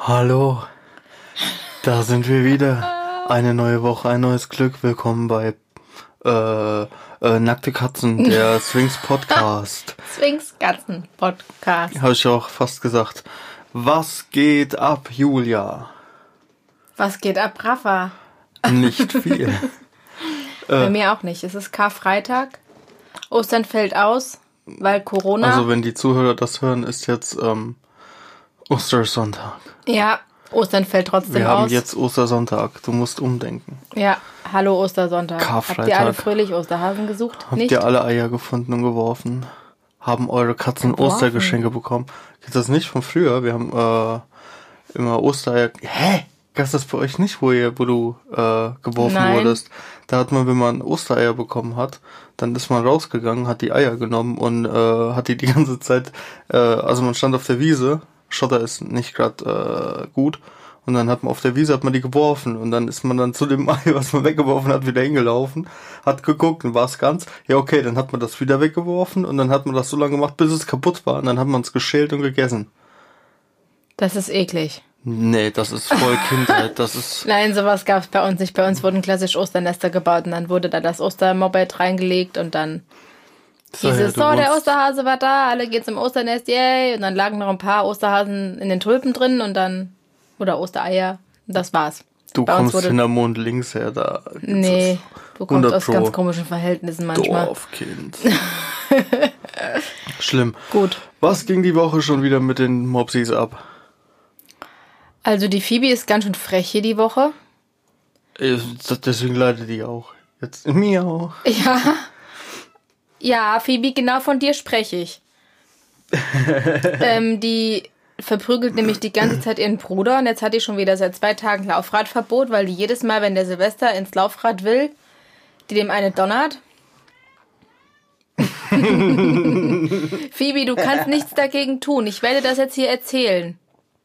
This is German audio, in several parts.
Hallo, da sind wir wieder. Eine neue Woche, ein neues Glück. Willkommen bei Nackte Katzen, der Swings Podcast. Swings Katzen Podcast. Habe ich auch fast gesagt. Was geht ab, Julia? Was geht ab, Rafa? Nicht viel. Bei mir auch nicht. Es ist Karfreitag. Ostern fällt aus, weil Corona. Also wenn die Zuhörer das hören, ist jetzt Ostersonntag. Ja, Ostern fällt trotzdem aus. Wir haben jetzt Ostersonntag. Du musst umdenken. Ja, hallo Ostersonntag. Karfreitag. Habt ihr alle fröhlich Osterhasen gesucht? Habt nicht? ihr alle Eier gefunden und geworfen? Haben eure Katzen Ostergeschenke bekommen? Geht das nicht von früher? Wir haben immer Ostereier. Hä? Gab's das bei euch nicht, wo du geworfen Nein. wurdest? Da hat man, wenn man Ostereier bekommen hat, dann ist man rausgegangen, hat die Eier genommen und hat die ganze Zeit, also man stand auf der Wiese, Schotter ist nicht gerade gut, und dann hat man auf der Wiese die geworfen und dann ist man dann zu dem Ei, was man weggeworfen hat, wieder hingelaufen, hat geguckt und war es ganz, ja okay, dann hat man das wieder weggeworfen und dann hat man das so lange gemacht, bis es kaputt war und dann hat man es geschält und gegessen. Das ist eklig. Nee, das ist voll Kindheit, das ist... Nein, sowas gab es bei uns nicht. Bei uns wurden klassisch Osternester gebaut und dann wurde da das Ostermoped reingelegt und dann der Osterhase war da, alle gehen zum Osternest, yay. Und dann lagen noch ein paar Osterhasen in den Tulpen drin und dann, oder Ostereier, und das war's. Du bei kommst hinter Mond links her, da... Nee, du kommst aus ganz komischen Verhältnissen manchmal. Dorfkind. Schlimm. Gut. Was ging die Woche schon wieder mit den Mopsis ab? Also die Phoebe ist ganz schön frech hier die Woche. Deswegen leidet die auch. Jetzt mir auch. Ja. Ja, Phoebe, genau von dir spreche ich. Die verprügelt nämlich die ganze Zeit ihren Bruder und jetzt hat die schon wieder seit 2 Tagen Laufradverbot, weil die jedes Mal, wenn der Silvester ins Laufrad will, die dem eine donnert. Phoebe, du kannst nichts dagegen tun. Ich werde das jetzt hier erzählen.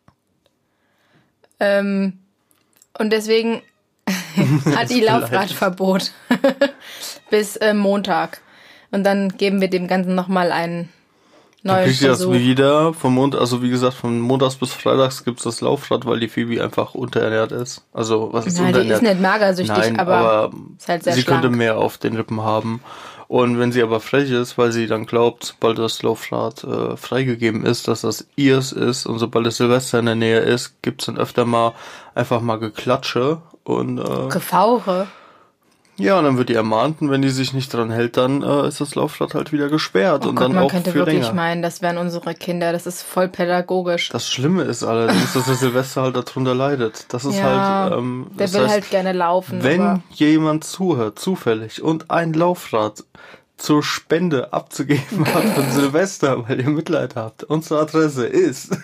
Und deswegen hat die Laufradverbot bis Montag. Und dann geben wir dem Ganzen nochmal einen neuen Kriegst du das Versuch. wieder also wie gesagt, von Montags bis Freitags gibt's das Laufrad, weil die Phoebe einfach unterernährt ist. Also, was ist Nein, die unterernährt? ist nicht magersüchtig, Nein, aber ist halt sehr sie schlank. könnte mehr auf den Rippen haben. Und wenn sie aber frech ist, weil sie dann glaubt, sobald das Laufrad freigegeben ist, dass das ihrs ist und sobald es Silvester in der Nähe ist, gibt's dann öfter mal einfach mal Geklatsche und Gefauche. ja, und dann wird die ermahnt und wenn die sich nicht dran hält, dann ist das Laufrad halt wieder gesperrt Oh und Gott, dann man auch könnte für wirklich länger. meinen, das wären unsere Kinder. Das ist voll pädagogisch. Das Schlimme ist allerdings, dass der Silvester halt darunter leidet. Das ist Ja, halt, der das will heißt, halt gerne laufen. wenn aber jemand zuhört, zufällig, und ein Laufrad zur Spende abzugeben hat von Silvester, weil ihr Mitleid habt, unsere Adresse ist...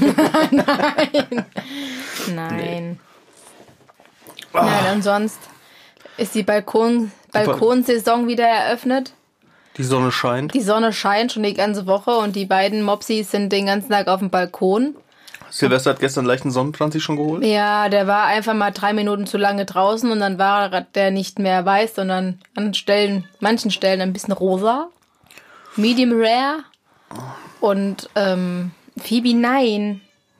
Nein. Nein, und sonst ist die Balkonsaison wieder eröffnet. Die Sonne scheint. Die Sonne scheint schon die ganze Woche und die beiden Mopsis sind den ganzen Tag auf dem Balkon. Silvester hat gestern leichten Sonnenbrand sich schon geholt. Ja, der war einfach mal 3 Minuten zu lange draußen und dann war der nicht mehr weiß, sondern an manchen Stellen ein bisschen rosa. Medium rare. Und Phoebe, nein.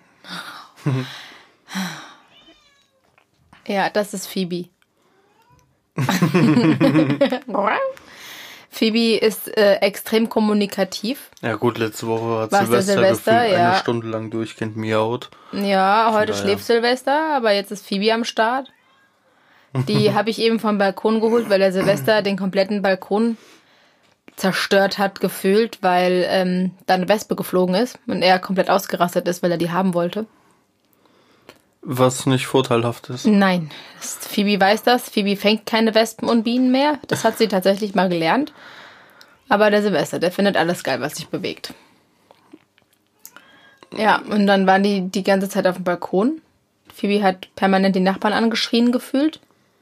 Ja, das ist Phoebe. Phoebe ist extrem kommunikativ. Ja gut, letzte Woche hat Was, der Silvester gefühlt ja. eine Stunde lang durchgehend miaut. Ja, heute daher. schläft Silvester, aber jetzt ist Phoebe am Start. Die habe ich eben vom Balkon geholt, weil der Silvester den kompletten Balkon zerstört hat, gefühlt, weil da eine Wespe geflogen ist und er komplett ausgerastet ist, weil er die haben wollte. Was nicht vorteilhaft ist. Nein, Phoebe weiß das. Phoebe fängt keine Wespen und Bienen mehr. Das hat sie tatsächlich mal gelernt. Aber der Silvester, der findet alles geil, was sich bewegt. Ja, und dann waren die ganze Zeit auf dem Balkon. Phoebe hat permanent die Nachbarn angeschrien gefühlt.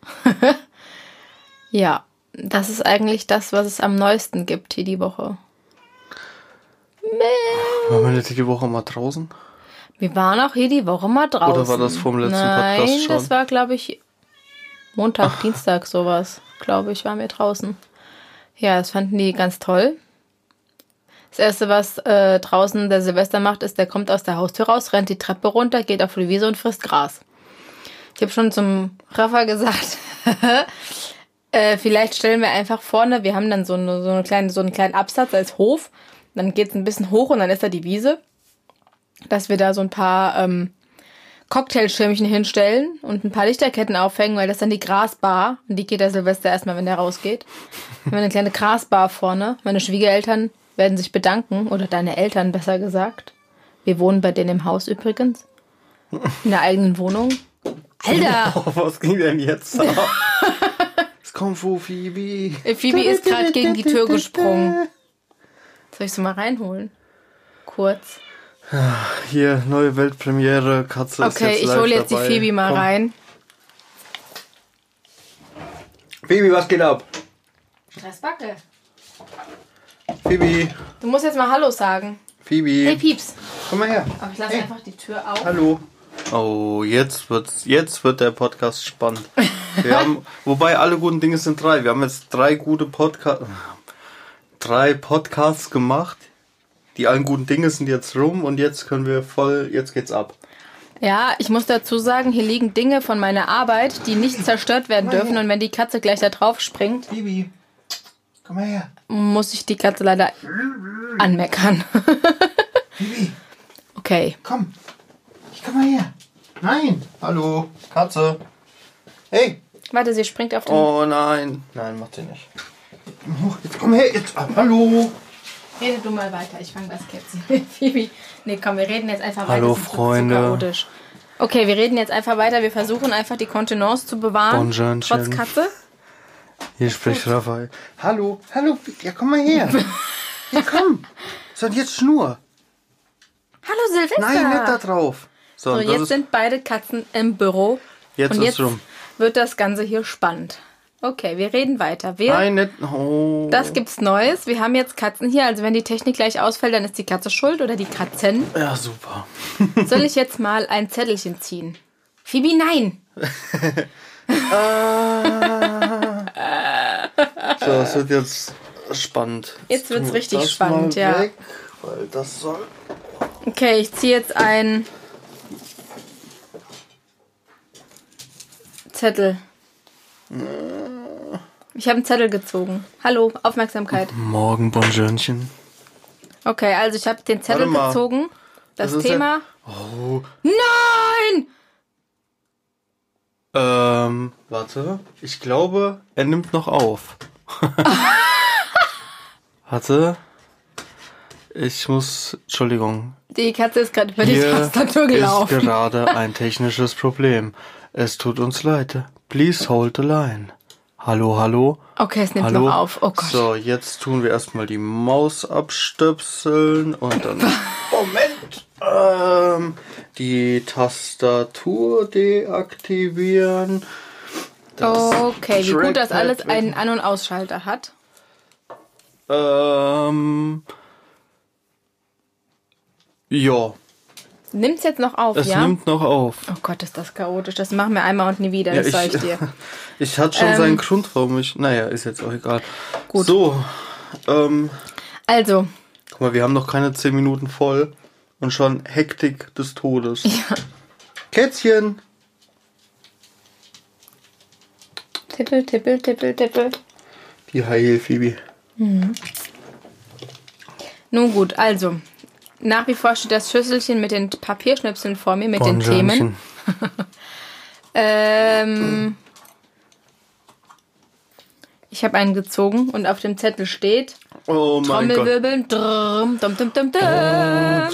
Ja, das ist eigentlich das, was es am neuesten gibt hier die Woche. Waren wir nicht die Woche mal draußen? Wir waren auch hier die Woche mal draußen. Oder war das vom letzten Nein, Podcast schon? das war, glaube ich, Montag, Dienstag sowas, glaube ich, waren wir draußen. Ja, das fanden die ganz toll. Das Erste, was draußen der Silvester macht, ist, der kommt aus der Haustür raus, rennt die Treppe runter, geht auf die Wiese und frisst Gras. Ich habe schon zum Rafa gesagt, vielleicht stellen wir einfach vorne, wir haben dann so einen kleinen Absatz als Hof, dann geht es ein bisschen hoch und dann ist da die Wiese, dass wir da so ein paar Cocktailschirmchen hinstellen und ein paar Lichterketten aufhängen, weil das dann die Grasbar, und die geht der Silvester erstmal, wenn der rausgeht. Wir haben eine kleine Grasbar vorne. Meine Schwiegereltern werden sich bedanken, oder deine Eltern besser gesagt. Wir wohnen bei denen im Haus übrigens. In der eigenen Wohnung. Alter! Oh, was ging denn jetzt ab? Es kommt vor Phoebe. Phoebe ist gerade gegen die Tür gesprungen. Soll ich sie mal reinholen? Kurz. Hier, neue Weltpremiere, Katze ist Okay, jetzt ich live hole jetzt dabei. die Phoebe mal Komm. rein. Phoebe, was geht ab? Stressbacke. Phoebe, Du musst jetzt mal Hallo sagen. Phoebe. Hey Pieps. Komm mal her. Aber ich lasse einfach die Tür auf. Hallo. Oh, jetzt wird der Podcast spannend. Wir haben, wobei alle guten Dinge sind drei. Wir haben jetzt drei Podcasts gemacht. Die allen guten Dinge sind jetzt rum und jetzt jetzt geht's ab. Ja, ich muss dazu sagen, hier liegen Dinge von meiner Arbeit, die nicht zerstört werden dürfen. Und wenn die Katze gleich da drauf springt, Phoebe, komm mal her. muss ich die Katze leider anmeckern. Phoebe, Okay. komm. Komm mal her. Nein. Hallo. Katze. Hey. Warte, sie springt auf den... Oh nein. Nein, macht sie nicht. Jetzt komm her. Jetzt. Hallo. Rede du mal weiter, ich fange das Kätzchen mit Phoebe. Nee, komm, wir reden jetzt einfach Hallo, weiter. Das ist Freunde. zu chaotisch. Okay, wir reden jetzt einfach weiter. Wir versuchen einfach die Kontenance zu bewahren. Bonjourchen. Trotz Katze. Hier spricht Raphael. Hallo. Hallo. Ja, komm mal her. Ja, komm. So, und jetzt Schnur. Hallo Silvester. Nein, nicht da drauf. So, und das jetzt ist, sind beide Katzen im Büro. jetzt und ist jetzt rum. wird das Ganze hier spannend. Okay, wir reden weiter. Nein, nicht. Oh. Das gibt's Neues. Wir haben jetzt Katzen hier. Also wenn die Technik gleich ausfällt, dann ist die Katze schuld oder die Katzen. Ja, super. Soll ich jetzt mal ein Zettelchen ziehen? Phoebe, nein. So, es wird jetzt spannend. Jetzt wird's tun wir richtig das spannend, mal ja. weg, weil das soll... Okay, ich ziehe jetzt einen Zettel. Ich habe einen Zettel gezogen. Hallo, Aufmerksamkeit. Morgen, Bonjourchen. Okay, also ich habe den Zettel Warte mal. gezogen. Das ist Thema... Oh. Nein! Warte. Ich glaube, er nimmt noch auf. Warte. Entschuldigung. Die Katze ist gerade über die Hier Tastatur ist gelaufen. gerade ein technisches Problem. Es tut uns leid. Please hold the line. Hallo, hallo. Okay, es nimmt Hallo. noch auf. Oh Gott. So, jetzt tun wir erstmal die Maus abstöpseln und dann die Tastatur deaktivieren. Das Okay, wie gut, dass Trackpad alles weg. einen An- und Ausschalter hat. Ja, Nimmt's jetzt noch auf, es ja? nimmt noch auf. Oh Gott, ist das chaotisch. Das machen wir einmal und nie wieder, das sag ich dir. Ich hatte schon seinen Grund, warum ich... Naja, ist jetzt auch egal. Gut. So, Also, guck mal, wir haben noch keine 10 Minuten voll und schon Hektik des Todes. ja. Kätzchen! Tippel, tippel, tippel, tippel. Die Heil, Phoebe. Nun gut, also. Nach wie vor steht das Schüsselchen mit den Papierschnipseln vor mir, mit den Themen. Ich habe einen gezogen und auf dem Zettel steht Oh mein Gott. Trommelwirbeln. Drrm, dum, dum, dum, dum.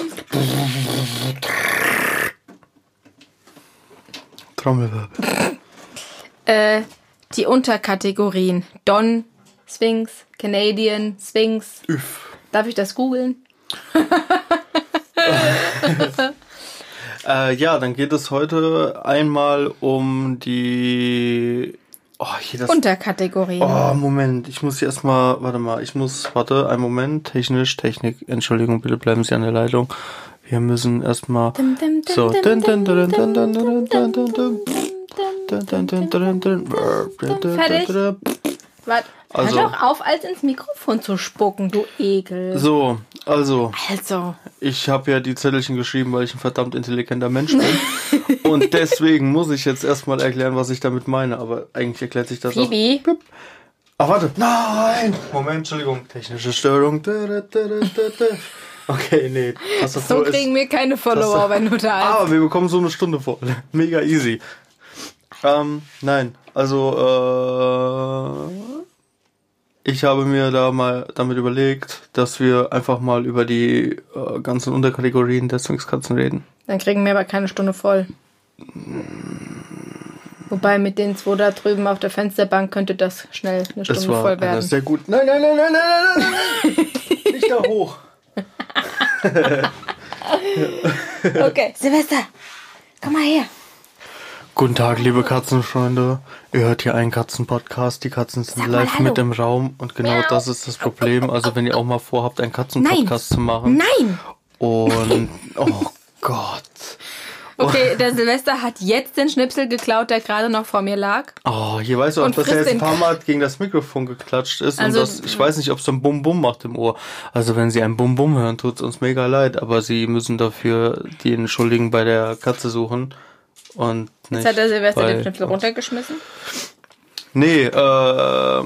Trommelwirbel. Die Unterkategorien. Don, Sphinx, Canadian, Sphinx. Üff. Darf ich das googeln? Ja, dann geht es heute einmal um die... Oh, hier das... Unterkategorien. Oh, Moment, ich muss hier erstmal... Warte, einen Moment. Technik. Entschuldigung, bitte bleiben Sie an der Leitung. Wir müssen erstmal... So. Fertig? Also, hör doch auf, als ins Mikrofon zu spucken, du Ekel. So, also. Also. Ich habe ja die Zettelchen geschrieben, weil ich ein verdammt intelligenter Mensch bin. Und deswegen muss ich jetzt erstmal erklären, was ich damit meine. Aber eigentlich erklärt sich das Phoebe? auch. Ach, warte. Nein! Moment, Entschuldigung. Technische Störung. Okay, nee. So kriegen wir keine Follower, wenn du da bist. Aber wir bekommen so eine Stunde voll. Mega easy. Nein, also ich habe mir da mal damit überlegt, dass wir einfach mal über die ganzen Unterkategorien der Sphinxkatzen reden. Dann kriegen wir aber keine Stunde voll. Wobei mit den 2 da drüben auf der Fensterbank könnte das schnell eine Stunde voll werden. Das ist sehr gut. Nein. Nicht da hoch. Okay, Silvester, komm mal her. Guten Tag, liebe Katzenfreunde. Ihr hört hier einen Katzenpodcast. Die Katzen sind live mit im Raum und genau das ist das Problem. Also wenn ihr auch mal vorhabt, einen Katzenpodcast zu machen. Nein! Und, oh Gott. Okay, der Silvester hat jetzt den Schnipsel geklaut, der gerade noch vor mir lag. Oh, hier weißt du auch, dass er jetzt ein paar Mal gegen das Mikrofon geklatscht ist. Also, und ich weiß nicht, ob es so ein Bum-Bum macht im Ohr. Also wenn Sie ein Bum-Bum hören, tut es uns mega leid. Aber Sie müssen dafür den Schuldigen bei der Katze suchen. Und nicht jetzt hat der Silvester den Schnipsel runtergeschmissen? Nee, Hör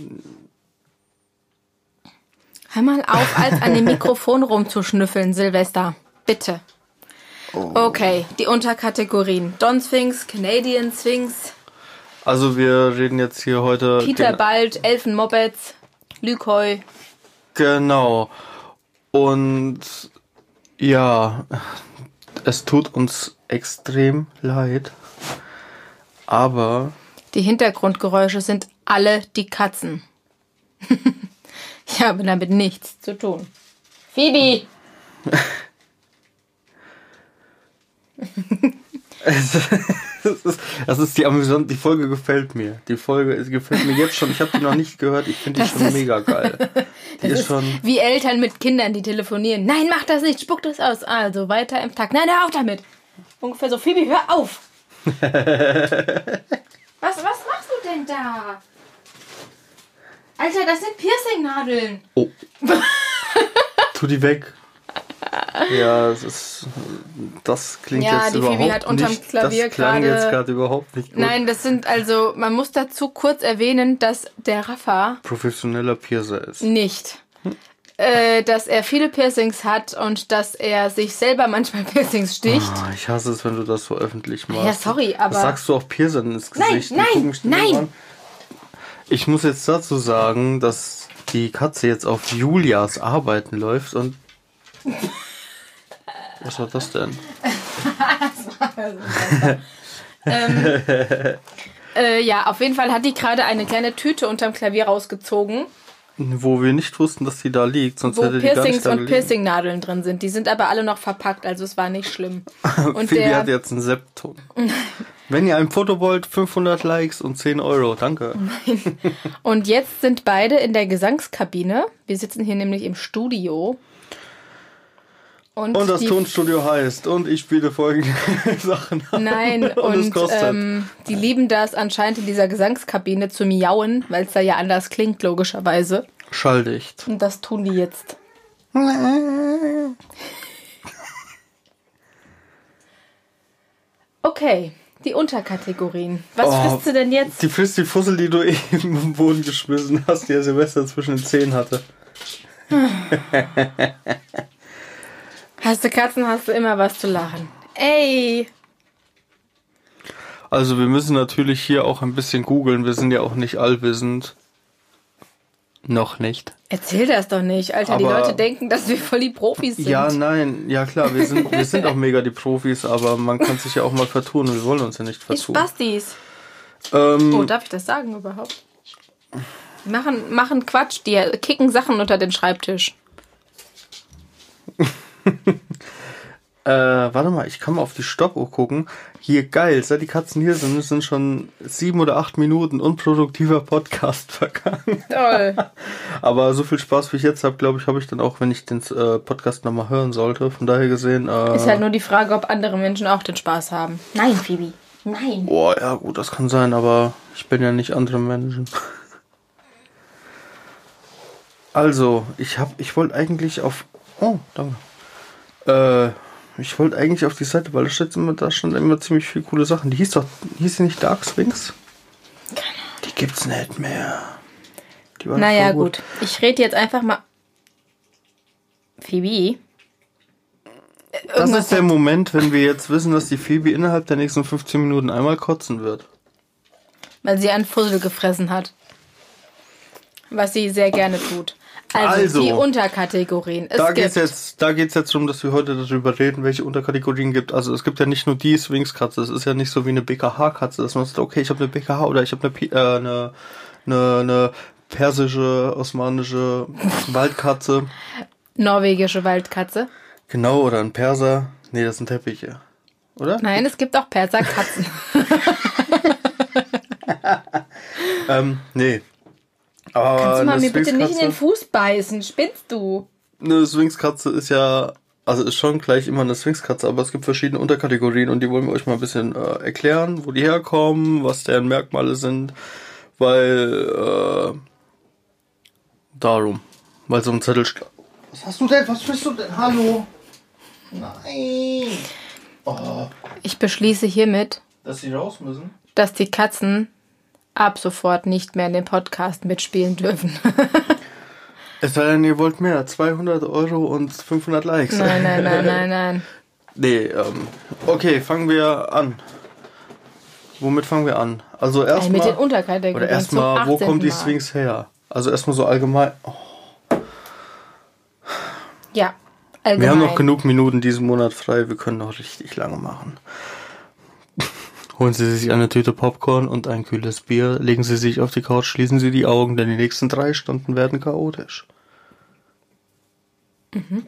mal auf, als an dem Mikrofon rumzuschnüffeln, Silvester. Bitte. Okay, die Unterkategorien. Don Sphinx, Canadian Sphinx. Also wir reden jetzt hier heute... Peter Bald, Elfenmobbets, Lykoi. Genau. Und ja, es tut uns extrem leid, aber... Die Hintergrundgeräusche sind alle die Katzen. Ich habe damit nichts zu tun. Phoebe! Das ist die amüsant. Die Folge gefällt mir. Die Folge gefällt mir jetzt schon. Ich habe die noch nicht gehört. Ich finde die schon mega geil. Die ist schon wie Eltern mit Kindern, die telefonieren. Nein, mach das nicht, spuck das aus. Also weiter im Takt. Nein, hör auf damit. Ungefähr so, Phoebe, hör auf. Was machst du denn da? Alter, das sind Piercingnadeln. Oh. Tu die weg. Ja, das klingt jetzt überhaupt nicht. Ja, die Phoebe hat unterm Klavier das klang jetzt gerade überhaupt nicht gut. Nein, das sind also, man muss dazu kurz erwähnen, dass der Rafa professioneller Piercer ist. Nicht. Dass er viele Piercings hat und dass er sich selber manchmal Piercings sticht. Oh, ich hasse es, wenn du das so öffentlich machst. Ja, sorry, aber... Das sagst du auch Piercern ins Gesicht. Nein. Ich muss jetzt dazu sagen, dass die Katze jetzt auf Julias Arbeiten läuft und... Was war das denn? Ja, auf jeden Fall hat die gerade eine kleine Tüte unterm Klavier rausgezogen. Wo wir nicht wussten, dass die da liegt. Sonst hätte die gar nicht da und Piercingnadeln drin sind. Die sind aber alle noch verpackt, also es war nicht schlimm. Und Phoebe hat jetzt einen Septum. Wenn ihr ein Foto wollt, 500 Likes und 10 Euro. Danke. Und jetzt sind beide in der Gesangskabine. Wir sitzen hier nämlich im Studio. Und das Tonstudio heißt, und ich spiele folgende Sachen. Nein, und die lieben das anscheinend in dieser Gesangskabine zu miauen, weil es da ja anders klingt, logischerweise. Schalldicht. Und das tun die jetzt. Okay, die Unterkategorien. Was frisst du denn jetzt? Die frisst die Fussel, die du eben im Boden geschmissen hast, die der Silvester zwischen den Zähnen hatte. Hast du Katzen, hast du immer was zu lachen. Ey! Also wir müssen natürlich hier auch ein bisschen googeln. Wir sind ja auch nicht allwissend. Noch nicht. Erzähl das doch nicht, Alter. Aber die Leute denken, dass wir voll die Profis sind. Ja, nein. Ja klar, wir sind auch mega die Profis, aber man kann sich ja auch mal vertun. Wir wollen uns ja nicht vertun. Die Spastis. Oh, darf ich das sagen überhaupt? Machen Quatsch. Die kicken Sachen unter den Schreibtisch. Warte mal, ich kann mal auf die Stoppuhr gucken. Hier, geil, seit die Katzen hier sind schon 7 oder 8 Minuten unproduktiver Podcast vergangen. Toll. Aber so viel Spaß, wie ich jetzt habe, glaube ich, habe ich dann auch, wenn ich den Podcast nochmal hören sollte. Von daher gesehen... ist halt nur die Frage, ob andere Menschen auch den Spaß haben. Nein, Phoebe. Nein. Boah, ja gut, das kann sein, aber ich bin ja nicht andere Menschen. Also, ich wollte eigentlich auf... Oh, danke. Ich wollte eigentlich auf die Seite, weil da stand immer ziemlich viele coole Sachen. Hieß die nicht Dark Sphinx? Die gibt's nicht mehr. Die war naja, gut. Ich rede jetzt einfach mal... Phoebe? Das ist der Moment, wenn wir jetzt wissen, dass die Phoebe innerhalb der nächsten 15 Minuten einmal kotzen wird. Weil sie einen Fussel gefressen hat. Was sie sehr gerne tut. Also die Unterkategorien. Da geht's jetzt darum, dass wir heute darüber reden, welche Unterkategorien gibt. Also es gibt ja nicht nur die Sphinx-Katze. Es ist ja nicht so wie eine BKH-Katze, dass man sagt, okay, ich habe eine BKH oder ich habe eine persische, osmanische Waldkatze. Norwegische Waldkatze. Genau, oder ein Perser. Nee, das sind Teppiche. Oder? Nein, es gibt auch Perserkatzen. Nee. Aber kannst du mal mir bitte nicht in den Fuß beißen? Spinnst du? Eine Sphinxkatze ist ja, also ist schon gleich immer eine Sphinxkatze, aber es gibt verschiedene Unterkategorien und die wollen wir euch mal ein bisschen erklären, wo die herkommen, was deren Merkmale sind, weil darum, weil so ein Zettel... Was hast du denn? Was willst du denn? Hallo? Nein. Oh. Ich beschließe hiermit, Dass sie raus müssen? Dass die Katzen ab sofort nicht mehr in dem Podcast mitspielen dürfen. Es sei denn, ihr wollt mehr. 200 Euro und 500 Likes. Nein. Nee, okay, fangen wir an. Womit fangen wir an? Also erstmal... mit den Unterkategorien. Oder erstmal, wo kommt die Sphinx her? Also erstmal so allgemein... Oh. Ja, allgemein. Wir haben noch genug Minuten diesen Monat frei. Wir können noch richtig lange machen. Holen Sie sich eine Tüte Popcorn und ein kühles Bier, legen Sie sich auf die Couch, schließen Sie die Augen, denn die nächsten 3 Stunden werden chaotisch. Mhm.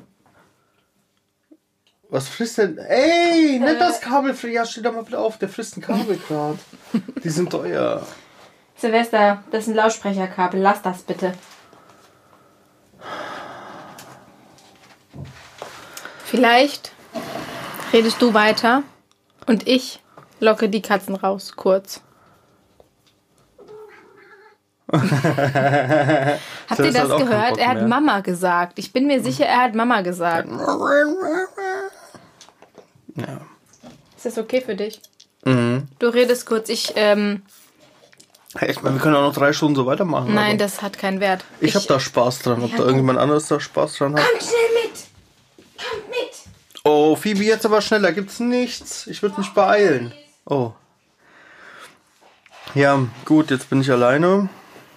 Was frisst denn? Ey, nicht das Kabel. Ja, steh doch mal bitte auf, der frisst ein Kabel gerade. Die sind teuer. Silvester, das ist ein Lautsprecherkabel, lass das bitte. Vielleicht redest du weiter und ich locke die Katzen raus, kurz. Habt ihr das gehört? Er hat Mama gesagt. Ich bin mir sicher, er hat Mama gesagt. Ja. Ist das okay für dich? Mhm. Du redest kurz, ich meine, wir können auch noch 3 Stunden so weitermachen. Nein, das hat keinen Wert. Ich habe da Spaß dran. Ob da irgendjemand anderes da Spaß dran hat? Kommt schnell mit! Kommt mit! Oh, Phoebe, jetzt aber schneller. Gibt's nichts. Ich würde mich beeilen. Oh. Ja, gut, jetzt bin ich alleine.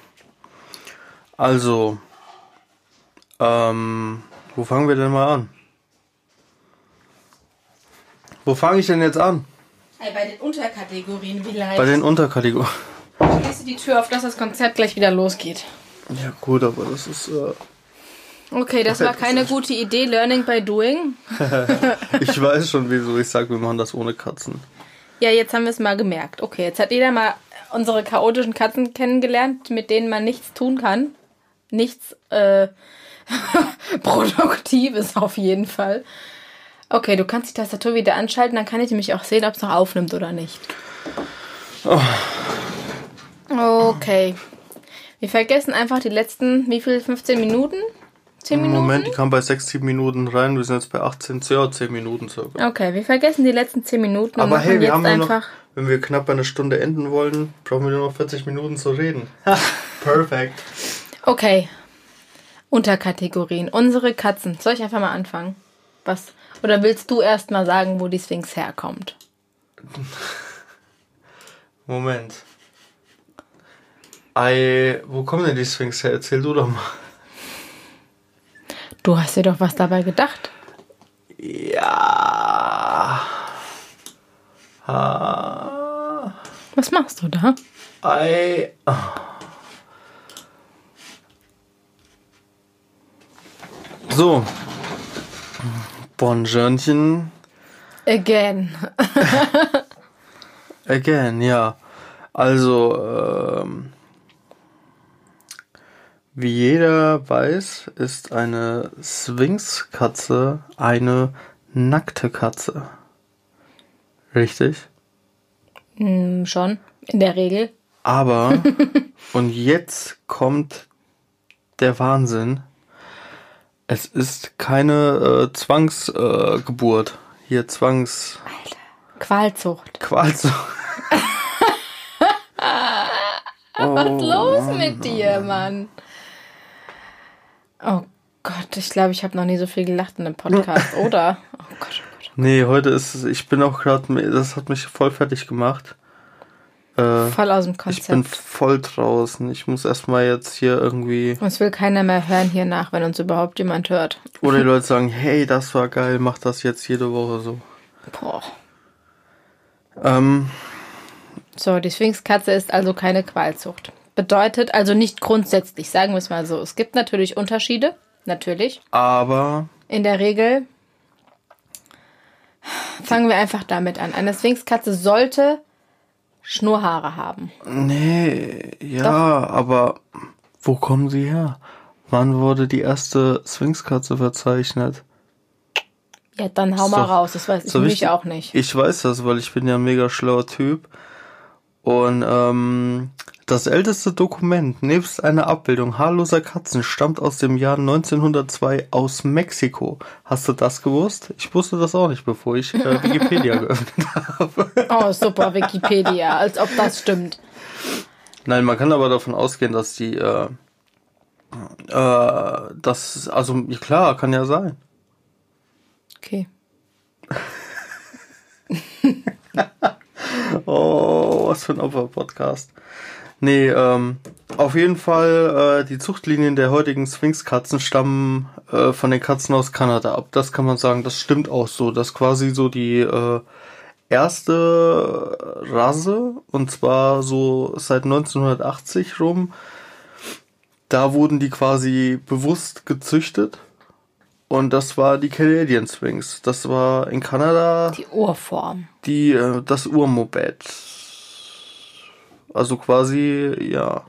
Also, wo fangen wir denn mal an? Wo fange ich denn jetzt an? Hey, bei den Unterkategorien vielleicht. Bei den Unterkategorien. Schließt du die Tür auf, dass das Konzert gleich wieder losgeht. Ja gut, aber das ist... Okay, das war keine gute Idee. Learning by doing. Ich weiß schon, wieso ich sage, wir machen das ohne Katzen. Ja, jetzt haben wir es mal gemerkt. Okay, jetzt hat jeder mal unsere chaotischen Katzen kennengelernt, mit denen man nichts tun kann. Nichts Produktives auf jeden Fall. Okay, du kannst die Tastatur wieder anschalten, dann kann ich nämlich auch sehen, ob es noch aufnimmt oder nicht. Oh. Okay. Wir vergessen einfach die letzten, wie viel? 15 Minuten? 10 Minuten? Moment, die kam bei 6-7 Minuten rein. Wir sind jetzt bei 10 Minuten circa. Okay, wir vergessen die letzten 10 Minuten. Aber hey, wir haben einfach noch, wenn wir knapp bei einer Stunde enden wollen, brauchen wir nur noch 40 Minuten zu reden. Perfekt. Okay. Unterkategorien. Unsere Katzen. Soll ich einfach mal anfangen? Was? Oder willst du erst mal sagen, wo die Sphinx herkommt? Moment. Wo kommt denn die Sphinx her? Erzähl du doch mal. Du hast dir doch was dabei gedacht. Ja. Was machst du da? So. Bonjourchen. Again, ja. Also, wie jeder weiß, ist eine Sphinxkatze eine nackte Katze. Richtig? Schon, in der Regel. Aber, und jetzt kommt der Wahnsinn. Es ist keine Zwangsgeburt. Hier Alter. Qualzucht. Was ist los mit dir, Mann? Oh Gott, ich glaube, ich habe noch nie so viel gelacht in einem Podcast, oder? Oh Gott. Nee, heute ist es, ich bin auch gerade, das hat mich voll fertig gemacht. Voll aus dem Konzept. Ich bin voll draußen. Ich muss erstmal jetzt hier irgendwie... Uns will keiner mehr hören hier nach, wenn uns überhaupt jemand hört. Oder die Leute sagen, hey, das war geil, mach das jetzt jede Woche so. Boah. So, die Sphinxkatze ist also keine Qualzucht. Bedeutet also nicht grundsätzlich, sagen wir es mal so. Es gibt natürlich Unterschiede, natürlich. Aber... In der Regel fangen wir einfach damit an. Eine Sphinxkatze sollte Schnurrhaare haben. Nee, ja, Doch. aber wo kommen sie her? Wann wurde die erste Sphinxkatze verzeichnet? Ja, dann hau mal raus. Das weiß ich nämlich auch nicht. Ich weiß das, weil ich bin ja ein mega schlauer Typ. Und das älteste Dokument nebst einer Abbildung haarloser Katzen stammt aus dem Jahr 1902 aus Mexiko. Hast du das gewusst? Ich wusste das auch nicht, bevor ich Wikipedia geöffnet habe. Oh, super, Wikipedia, als ob das stimmt. Nein, man kann aber davon ausgehen, dass die, also, ja klar, kann ja sein. Okay. Oh, was für ein Opfer-Podcast. Nee, auf jeden Fall, die Zuchtlinien der heutigen Sphinxkatzen stammen von den Katzen aus Kanada ab. Das kann man sagen, das stimmt auch so. Das ist quasi so die erste Rasse, und zwar so seit 1980 rum. Da wurden die quasi bewusst gezüchtet. Und das war die Canadian Sphinx. Das war in Kanada die Urform. Das Urmoped. Also quasi, ja.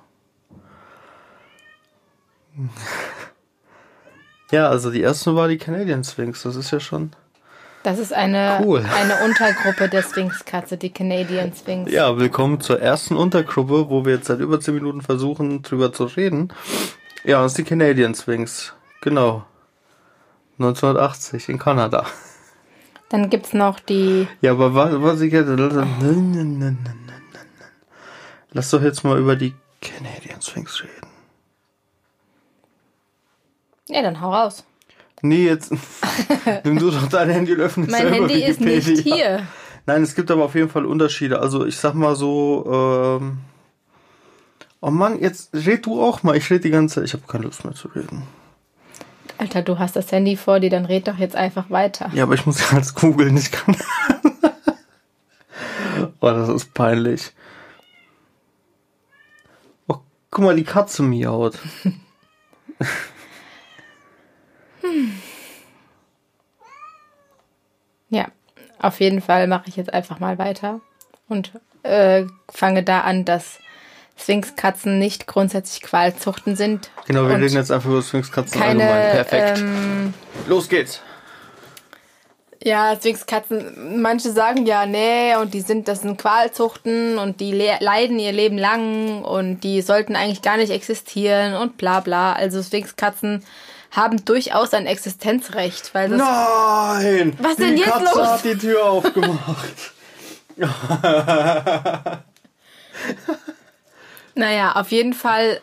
Ja, also die erste war die Canadian Sphinx. Das ist ja schon... Das ist eine Untergruppe der Sphinxkatze, die Canadian Sphinx. Ja, willkommen zur ersten Untergruppe, wo wir jetzt seit über 10 Minuten versuchen, drüber zu reden. Ja, das ist die Canadian Sphinx. Genau. 1980 in Kanada. Dann gibt's noch die... Ja, aber was ich jetzt... Lass doch jetzt mal über die Canadian Sphinx reden. Ja, dann hau raus. Nee, jetzt nimm du doch dein Handy und öffne mein Handy ist nicht hier. Nein, es gibt aber auf jeden Fall Unterschiede. Also ich sag mal so... Oh Mann, jetzt red du auch mal. Ich rede die ganze Zeit. Ich habe keine Lust mehr zu reden. Alter, du hast das Handy vor dir, dann red doch jetzt einfach weiter. Ja, aber ich muss ja alles googeln, ich kann. Oh, das ist peinlich. Oh, guck mal, die Katze miaut. Ja, auf jeden Fall mache ich jetzt einfach mal weiter und fange da an, dass Sphinxkatzen nicht grundsätzlich Qualzuchten sind. Genau, wir reden jetzt einfach über Sphinxkatzen allgemein. Perfekt. Los geht's. Ja, Sphinxkatzen, manche sagen ja, nee, und das sind Qualzuchten und die leiden ihr Leben lang und die sollten eigentlich gar nicht existieren und bla bla. Also Sphinxkatzen haben durchaus ein Existenzrecht, weil das... Nein! Was denn jetzt los? Die Katze hat die Tür aufgemacht. Naja, auf jeden Fall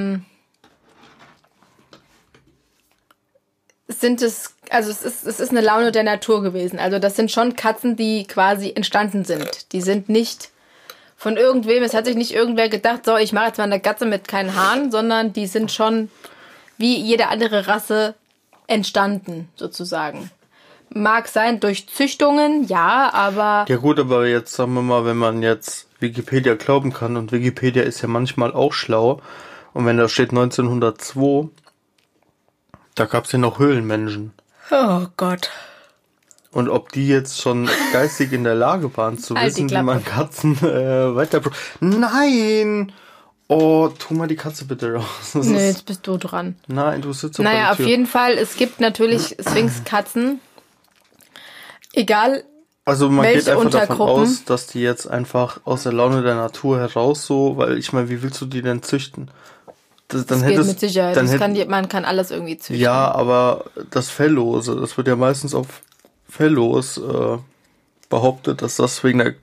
es ist eine Laune der Natur gewesen. Also das sind schon Katzen, die quasi entstanden sind. Die sind nicht von irgendwem, es hat sich nicht irgendwer gedacht, so, ich mache jetzt mal eine Katze mit keinen Haaren, sondern die sind schon wie jede andere Rasse entstanden, sozusagen. Mag sein durch Züchtungen, ja, aber... Ja gut, aber jetzt sagen wir mal, wenn man jetzt Wikipedia glauben kann, und Wikipedia ist ja manchmal auch schlau, und wenn da steht 1902, da gab es ja noch Höhlenmenschen. Oh Gott. Und ob die jetzt schon geistig in der Lage waren zu wissen, wie man Katzen weiter... Nein! Oh, tu mal die Katze bitte raus. Nee, jetzt bist du dran. Nein, du sitzt auf Naja, auf jeden Fall, es gibt natürlich Sphinxkatzen. Egal, also man welche geht einfach davon Untergruppen. aus, dass die jetzt einfach aus der Laune der Natur heraus so, weil ich meine, wie willst du die denn züchten? Das geht mit Sicherheit. Man kann alles irgendwie züchten. Ja, aber das Felllose, das wird ja meistens auf Felllos behauptet, dass das wegen der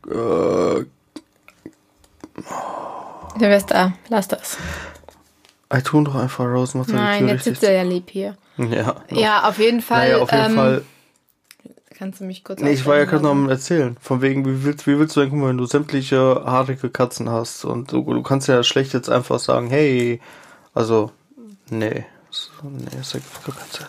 Silvester, lass das. Ich tu doch einfach raus. Nein, jetzt sitzt er ja lieb hier. Ja. Ja, auf jeden Fall. Naja, auf jeden Fall. Kannst du mich kurz ich war ja gerade noch am Erzählen. Von wegen, wie willst du denn, guck mal, wenn du sämtliche haarige Katzen hast und du kannst ja schlecht jetzt einfach sagen, hey, also, nee, das ergibt gar keinen Sinn.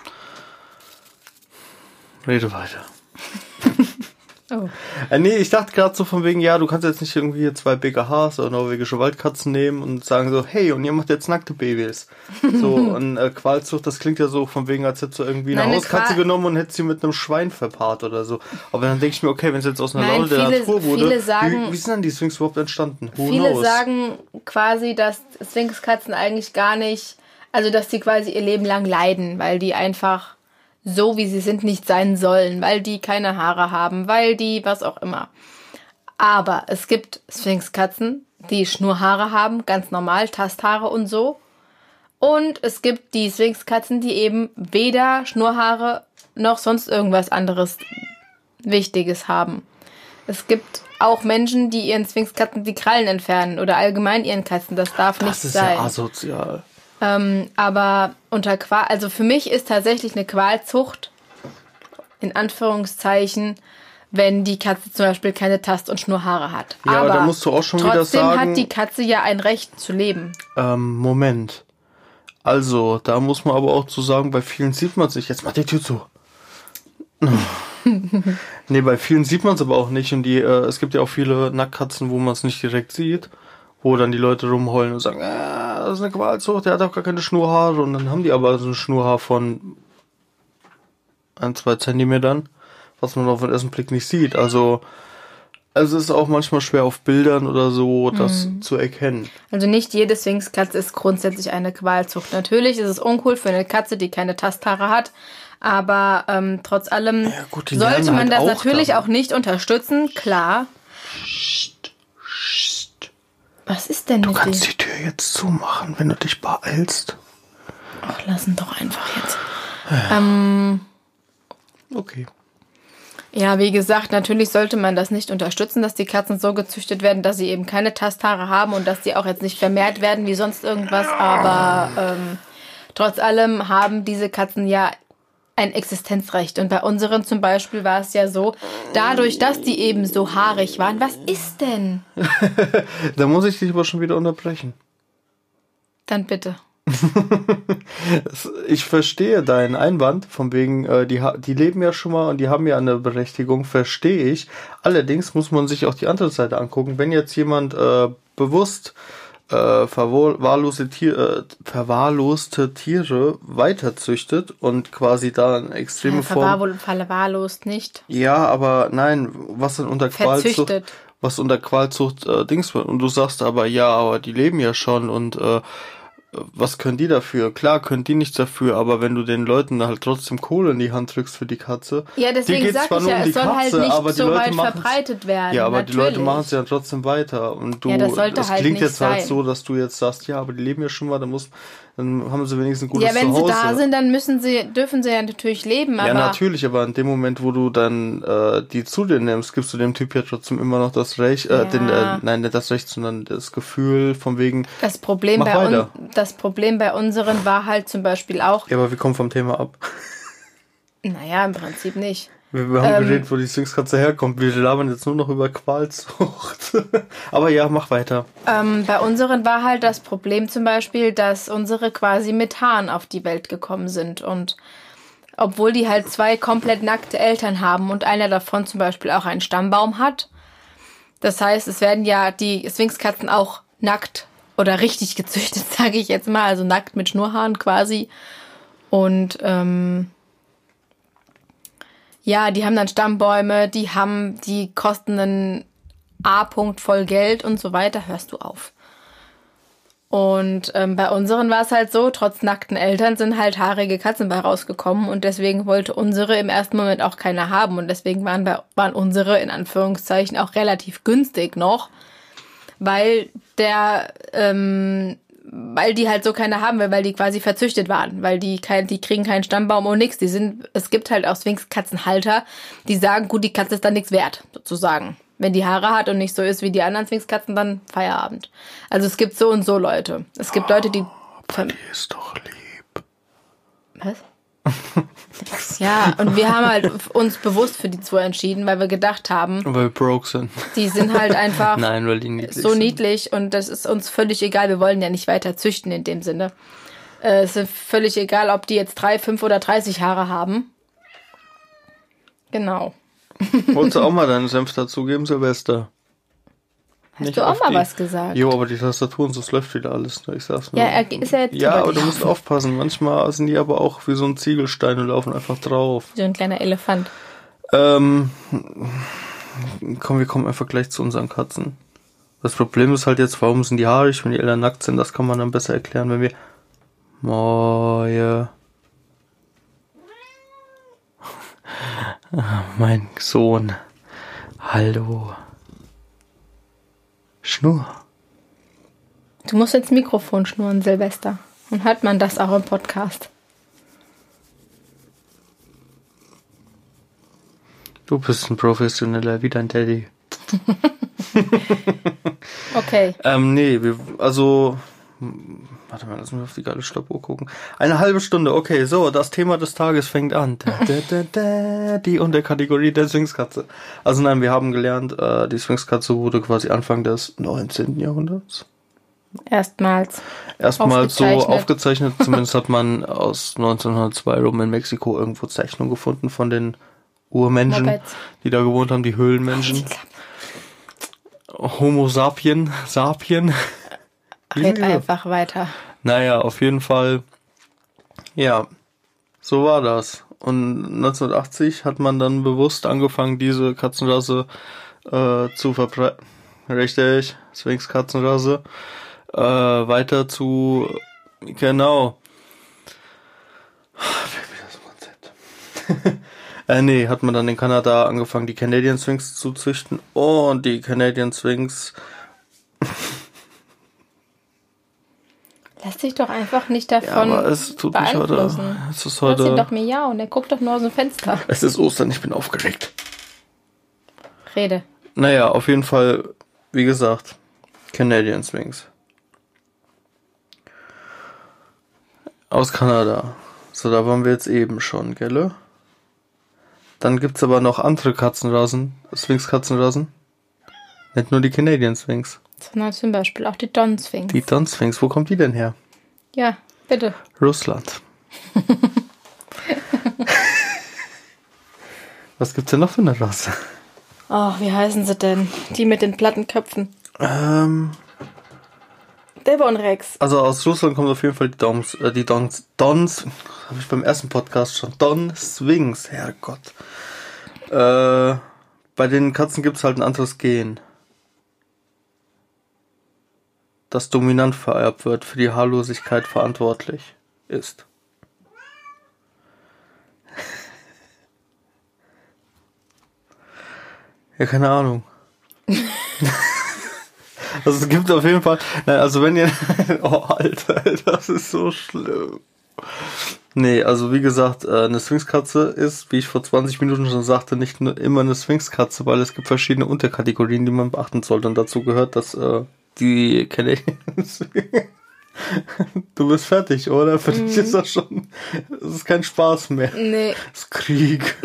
Rede weiter. Oh. Nee, ich dachte gerade so von wegen, ja, du kannst jetzt nicht irgendwie hier 2 BKHs oder norwegische Waldkatzen nehmen und sagen so, hey, und ihr macht jetzt nackte Babys. So, und Qualzucht, das klingt ja so von wegen, als hättest du irgendwie eine Hauskatze genommen und hättest sie mit einem Schwein verpaart oder so. Aber dann denke ich mir, okay, wenn es jetzt aus einer Laune der Natur wurde, wie sind dann die Sphinx überhaupt entstanden? Viele sagen quasi, dass Sphinxkatzen eigentlich gar nicht, also dass die quasi ihr Leben lang leiden, weil die einfach so wie sie sind nicht sein sollen, weil die keine Haare haben, weil die was auch immer. Aber es gibt Sphinxkatzen, die Schnurrhaare haben, ganz normal, Tasthaare und so. Und es gibt die Sphinxkatzen, die eben weder Schnurrhaare noch sonst irgendwas anderes Wichtiges haben. Es gibt auch Menschen, die ihren Sphinxkatzen die Krallen entfernen oder allgemein ihren Katzen. Das darf nicht sein. Das ist ja asozial. Aber also für mich ist tatsächlich eine Qualzucht, in Anführungszeichen, wenn die Katze zum Beispiel keine Tast- und Schnurrhaare hat. Ja, aber da musst du auch schon wieder sagen... Trotzdem hat die Katze ja ein Recht zu leben. Moment. Also, da muss man aber auch zu sagen, bei vielen sieht man es nicht. Jetzt mach die Tür zu. Nee, bei vielen sieht man es aber auch nicht. Und es gibt ja auch viele Nacktkatzen, wo man es nicht direkt sieht. Wo dann die Leute rumheulen und sagen, das ist eine Qualzucht, der hat doch gar keine Schnurrhaare. Und dann haben die aber so ein Schnurrhaar von 1-2 Zentimetern, was man auf den ersten Blick nicht sieht. Also es ist auch manchmal schwer auf Bildern oder so, das zu erkennen. Also nicht jede Sphinxkatze ist grundsätzlich eine Qualzucht. Natürlich ist es uncool für eine Katze, die keine Tasthaare hat. Aber trotz allem sollte man das natürlich auch nicht unterstützen, klar. Was ist denn mit dir? Du kannst die Tür jetzt zumachen, wenn du dich beeilst. Ach, lass ihn doch einfach jetzt. Okay. Ja, wie gesagt, natürlich sollte man das nicht unterstützen, dass die Katzen so gezüchtet werden, dass sie eben keine Tasthaare haben und dass sie auch jetzt nicht vermehrt werden wie sonst irgendwas. Aber trotz allem haben diese Katzen ja ein Existenzrecht. Und bei unseren zum Beispiel war es ja so, dadurch, dass die eben so haarig waren. Was ist denn? Da muss ich dich aber schon wieder unterbrechen. Dann bitte. Ich verstehe deinen Einwand, von wegen, die leben ja schon mal und die haben ja eine Berechtigung, verstehe ich. Allerdings muss man sich auch die andere Seite angucken. Wenn jetzt jemand bewusst verwahrloste Tiere weiterzüchtet und quasi da eine extreme Form... Verwahrlost nicht. Ja, aber nein, was dann unter Qualzucht... Was unter Qualzucht Dings wird. Und du sagst aber, ja, aber die leben ja schon und was können die dafür? Klar, können die nichts dafür, aber wenn du den Leuten halt trotzdem Kohle in die Hand drückst für die Katze, ja, deswegen sag ich ja, es soll halt nicht so weit verbreitet werden. Ja, aber natürlich. Die Leute machen es ja trotzdem weiter. Und das halt klingt jetzt sein. Halt so, dass du jetzt sagst, ja, aber die leben ja schon mal, dann haben sie wenigstens ein gutes Zuhause. Ja, wenn sie da sind, dann dürfen sie ja natürlich leben. Aber ja, natürlich, aber in dem Moment, wo du dann die zu dir nimmst, gibst du dem Typ ja trotzdem immer noch das Recht, nein, nicht das Recht, sondern das Gefühl von wegen, das Problem bei unseren war halt zum Beispiel auch... Ja, aber wir kommen vom Thema ab. Naja, im Prinzip nicht. Wir haben geredet, wo die Sphinxkatze herkommt. Wir labern jetzt nur noch über Qualzucht. Aber ja, mach weiter. Bei unseren war halt das Problem zum Beispiel, dass unsere quasi mit Haaren auf die Welt gekommen sind. Und obwohl die halt 2 komplett nackte Eltern haben und einer davon zum Beispiel auch einen Stammbaum hat. Das heißt, es werden ja die Sphinxkatzen auch nackt oder richtig gezüchtet, sage ich jetzt mal. Also nackt mit Schnurrhaaren quasi. Und ja, die haben dann Stammbäume, die kosten einen A-Punkt voll Geld und so weiter. Hörst du auf. Und bei unseren war es halt so, trotz nackten Eltern sind halt haarige Katzen bei rausgekommen und deswegen wollte unsere im ersten Moment auch keiner haben und deswegen waren unsere in Anführungszeichen auch relativ günstig noch, weil weil die halt so keine haben will, weil die quasi verzüchtet waren, weil die kriegen keinen Stammbaum und nix. Es gibt halt auch Sphinxkatzenhalter, die sagen, gut, die Katze ist dann nichts wert, sozusagen. Wenn die Haare hat und nicht so ist wie die anderen Sphinxkatzen, dann Feierabend. Also es gibt so und so Leute. Es gibt Leute, die... Aber die ist doch lieb. Was? Ja, und wir haben halt uns bewusst für die 2 entschieden, weil wir gedacht haben... Weil wir broke sind. Die sind halt einfach Nein, weil die niedlich so sind. Niedlich und das ist uns völlig egal. Wir wollen ja nicht weiter züchten in dem Sinne. Es ist völlig egal, ob die jetzt 3, 5 oder 30 Haare haben. Genau. Wolltest du auch mal deinen Senf dazugeben, Silvester? Hast Nicht du auch mal die... was gesagt? Jo, aber die Tastatur und so, das läuft wieder alles. Ich sag's nur. Ja, er ist ja jetzt ja, über aber die du musst aufpassen. Manchmal sind die aber auch wie so ein Ziegelstein und laufen einfach drauf. So ein kleiner Elefant. Komm, wir kommen einfach gleich zu unseren Katzen. Das Problem ist halt jetzt, warum sind die haarig, wenn die Eltern nackt sind? Das kann man dann besser erklären, wenn wir... Moje. Mein Sohn. Hallo. Schnur. Du musst ins Mikrofon schnurren, Silvester. Und hört man das auch im Podcast? Du bist ein Professioneller wie dein Daddy. Okay. Nee, warte mal, lass mich auf die geile Stoppuhr gucken. 1/2 Stunde, okay, so, das Thema des Tages fängt an. Die Unterkategorie der Sphinxkatze. Also nein, wir haben gelernt, die Sphinxkatze wurde quasi Anfang des 19. Jahrhunderts. Erstmals So aufgezeichnet. Zumindest hat man aus 1902 rum in Mexiko irgendwo Zeichnungen gefunden von den Urmenschen, Mopeds, die da gewohnt haben, die Höhlenmenschen. Homo sapien. Red einfach weiter. Naja, auf jeden Fall, ja, so war das. Und 1980 hat man dann bewusst angefangen, diese Katzenrasse zu verbreiten. Richtig, Sphinx-Katzenrasse. Weiter zu, genau. Nee, hat man dann in Kanada angefangen, die Canadian Sphinx zu züchten. Und die Canadian Sphinx... Lass dich doch einfach nicht davon aber es tut mich heute... Lass ihn doch miauen, der guckt doch nur aus dem Fenster. Es ist Ostern, ich bin aufgeregt. Rede. Naja, auf jeden Fall, wie gesagt, Canadian Sphinx. Aus Kanada. So, da waren wir jetzt eben schon, gell? Dann gibt's aber noch andere Katzenrassen, Sphinx-Katzenrassen. Nicht nur die Canadian Sphinx. Sondern zum Beispiel auch die Don Sphinx. Die Don Sphinx, wo kommt die denn her? Ja, bitte. Russland. Was gibt's denn noch für eine Rasse? Oh, wie heißen sie denn? Die mit den platten Köpfen. Devon-Rex. Also aus Russland kommt auf jeden Fall die Dons, habe ich beim ersten Podcast schon. Don Sphinx, Herrgott. Bei den Katzen gibt's halt ein anderes Gen, das dominant vererbt wird, für die Haarlosigkeit verantwortlich ist. Ja, keine Ahnung. Also es gibt auf jeden Fall... Nein, also wenn ihr... Oh, Alter, das ist so schlimm. Nee, also wie gesagt, eine Sphinxkatze ist, wie ich vor 20 Minuten schon sagte, nicht nur immer eine Sphinxkatze, weil es gibt verschiedene Unterkategorien, die man beachten sollte. Und dazu gehört, dass die Canadians... Du bist fertig, oder? Für dich ist das schon... Das ist kein Spaß mehr. Nee. Das ist Krieg.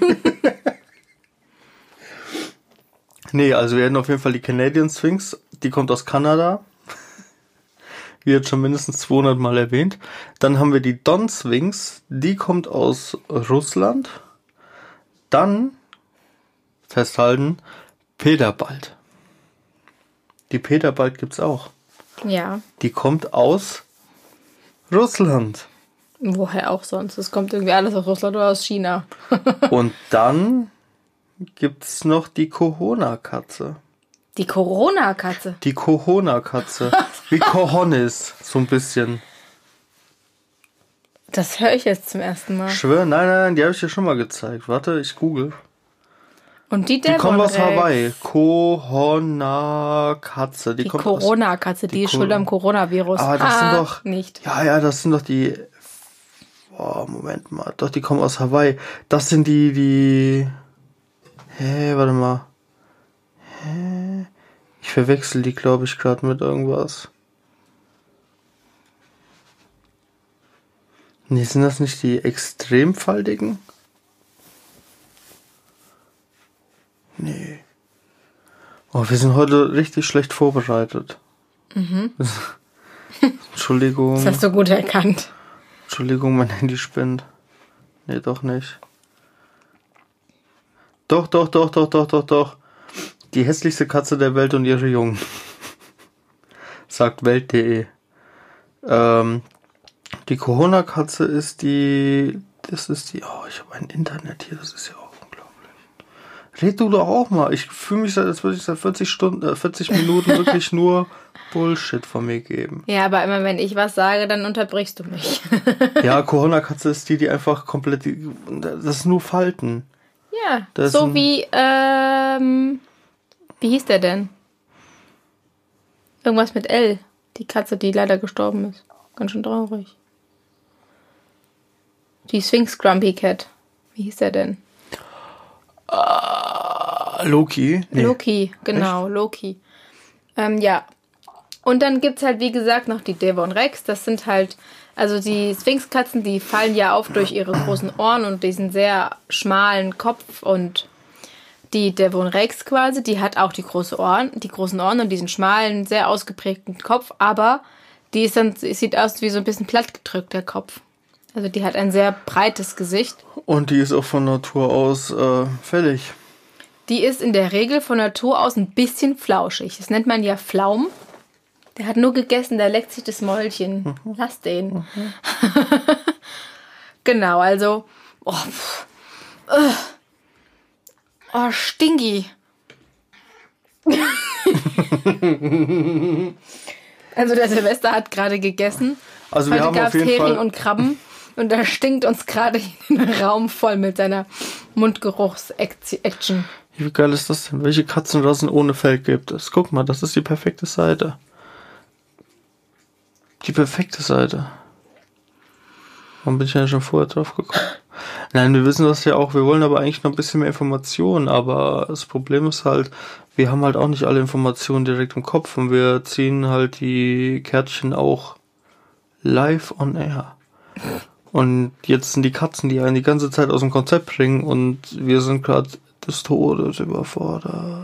Nee, also wir hätten auf jeden Fall die Canadian Sphinx. Die kommt aus Kanada. Wie jetzt schon mindestens 200 Mal erwähnt. Dann haben wir die Don Sphinx. Die kommt aus Russland. Dann, festhalten, Peterbald. Die Peterbald gibt's auch. Ja. Die kommt aus Russland. Woher auch sonst? Es kommt irgendwie alles aus Russland oder aus China. Und dann gibt's noch die Kohona-Katze. Die Corona-Katze. Die Kohona-Katze. Wie Cojones, so ein bisschen. Das höre ich jetzt zum ersten Mal. Schwör, nein, die habe ich dir schon mal gezeigt. Warte, ich google. Und die kommen aus Devon-Rex. Hawaii. Corona-Katze. Die Corona-Katze, die ist schuld am Coronavirus. Aber das sind doch... Nicht. Ja, das sind doch die... Oh, Moment mal. Doch, die kommen aus Hawaii. Das sind die... Warte mal. Ich verwechsel die, glaube ich, gerade mit irgendwas. Nee, sind das nicht die Extremfaltigen? Nee. Oh, wir sind heute richtig schlecht vorbereitet. Entschuldigung. Das hast du gut erkannt. Entschuldigung, mein Handy spinnt. Nee, doch nicht. Doch. Die hässlichste Katze der Welt und ihre Jungen. Sagt Welt.de. Die Corona-Katze ist die... Das ist die... Oh, ich habe ein Internet hier, das ist ja auch unglaublich. Red du doch auch mal. Ich fühle mich, als würde ich seit 40 Minuten wirklich nur Bullshit von mir geben. Ja, aber immer wenn ich was sage, dann unterbrichst du mich. Ja, Corona-Katze ist die einfach komplett... Das ist nur Falten. Ja, so wie... wie hieß der denn? Irgendwas mit L. Die Katze, die leider gestorben ist. Ganz schön traurig. Die Sphinx Grumpy Cat. Wie hieß der denn? Loki? Nee. Loki, genau, echt? Loki. Ja. Und dann gibt's halt, wie gesagt, noch die Devon Rex. Das sind halt, also die Sphinxkatzen, die fallen ja auf durch ihre großen Ohren und diesen sehr schmalen Kopf. Und die Devon Rex quasi, die hat auch die großen Ohren und diesen schmalen, sehr ausgeprägten Kopf, aber die ist dann, sieht aus wie so ein bisschen plattgedrückt, der Kopf. Also die hat ein sehr breites Gesicht. Und die ist auch von Natur aus fällig. Die ist in der Regel von Natur aus ein bisschen flauschig. Das nennt man ja Pflaum. Der hat nur gegessen, der leckt sich das Mäulchen. Lass den. Genau, also... Stinky. Also der Silvester hat gerade gegessen. Also wir heute haben gab auf es jeden Hering Fall und Krabben. Und er stinkt uns gerade in den Raum voll mit seiner Mundgeruchs-Action. Wie geil ist das denn? Welche Katzenrassen ohne Fell gibt es? Guck mal, das ist die perfekte Seite. Die perfekte Seite. Warum bin ich ja schon vorher drauf gekommen? Nein, wir wissen das ja auch. Wir wollen aber eigentlich noch ein bisschen mehr Informationen. Aber das Problem ist halt, wir haben halt auch nicht alle Informationen direkt im Kopf. Und wir ziehen halt die Kärtchen auch live on air. Und jetzt sind die Katzen, die einen die ganze Zeit aus dem Konzept bringen. Und wir sind gerade des Todes überfordert.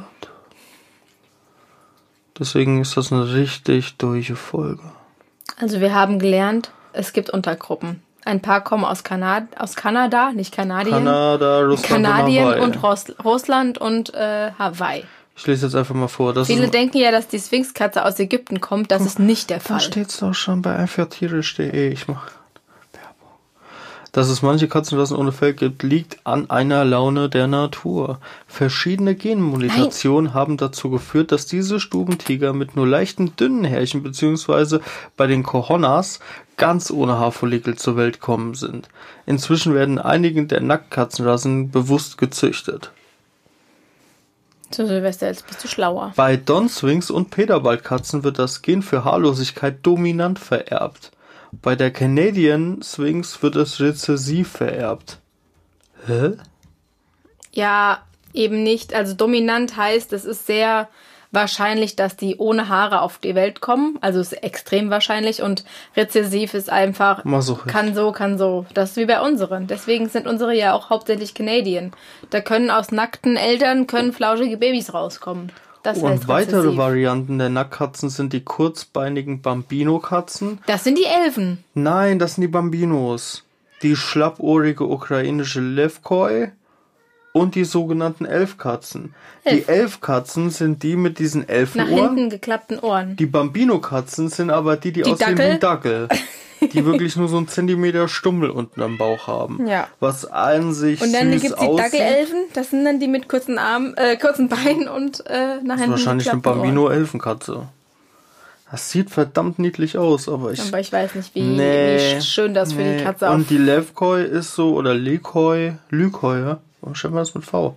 Deswegen ist das eine richtig durche Folge. Also wir haben gelernt, es gibt Untergruppen. Ein paar kommen aus Kanada, nicht Kanadien. Kanada, Russland Kanadien und Russland und Hawaii. Ich lese jetzt einfach mal vor. Viele denken ja, dass die Sphinxkatze aus Ägypten kommt. Das ist nicht der Fall. Da steht's doch schon bei einfachtierisch.de. Ich mache Werbung. Dass es manche Katzenrassen ohne Fell gibt, liegt an einer Laune der Natur. Verschiedene Genmutationen haben dazu geführt, dass diese Stubentiger mit nur leichten, dünnen Härchen bzw. bei den Cohonnas ganz ohne Haarfollikel zur Welt kommen sind. Inzwischen werden einige der Nacktkatzenrassen bewusst gezüchtet. So, Silvester, jetzt bist du schlauer. Bei Don Sphinx und Peterbaldkatzen wird das Gen für Haarlosigkeit dominant vererbt. Bei der Canadian Sphinx wird es rezessiv vererbt. Hä? Ja, eben nicht. Also dominant heißt, es ist sehr wahrscheinlich, dass die ohne Haare auf die Welt kommen. Also ist extrem wahrscheinlich. Und rezessiv ist einfach, kann so. Das ist wie bei unseren. Deswegen sind unsere ja auch hauptsächlich Canadian. Da können aus nackten Eltern flauschige Babys rauskommen. Das und weitere Varianten der Nacktkatzen sind die kurzbeinigen Bambino-Katzen. Das sind die Elfen. Nein, das sind die Bambinos. Die schlappohrige ukrainische Levkoi und die sogenannten Elfkatzen. Die Elfkatzen sind die mit diesen Elfenohren. Nach hinten geklappten Ohren. Die Bambino-Katzen sind aber die aussehen wie ein Dackel. Die wirklich nur so einen Zentimeter Stummel unten am Bauch haben. Ja. Was an sich süß aussieht. Und dann gibt es die Dackelelfen, das sind dann die mit kurzen Armen, kurzen Beinen und nach hinten. Das ist wahrscheinlich eine Bambino-Elfenkatze. Das sieht verdammt niedlich aus, aber ich weiß nicht, wie schön das für die Katze aussieht. Und die Levkoi ist so, oder Lykoi, ja? Schreibt man das mit V?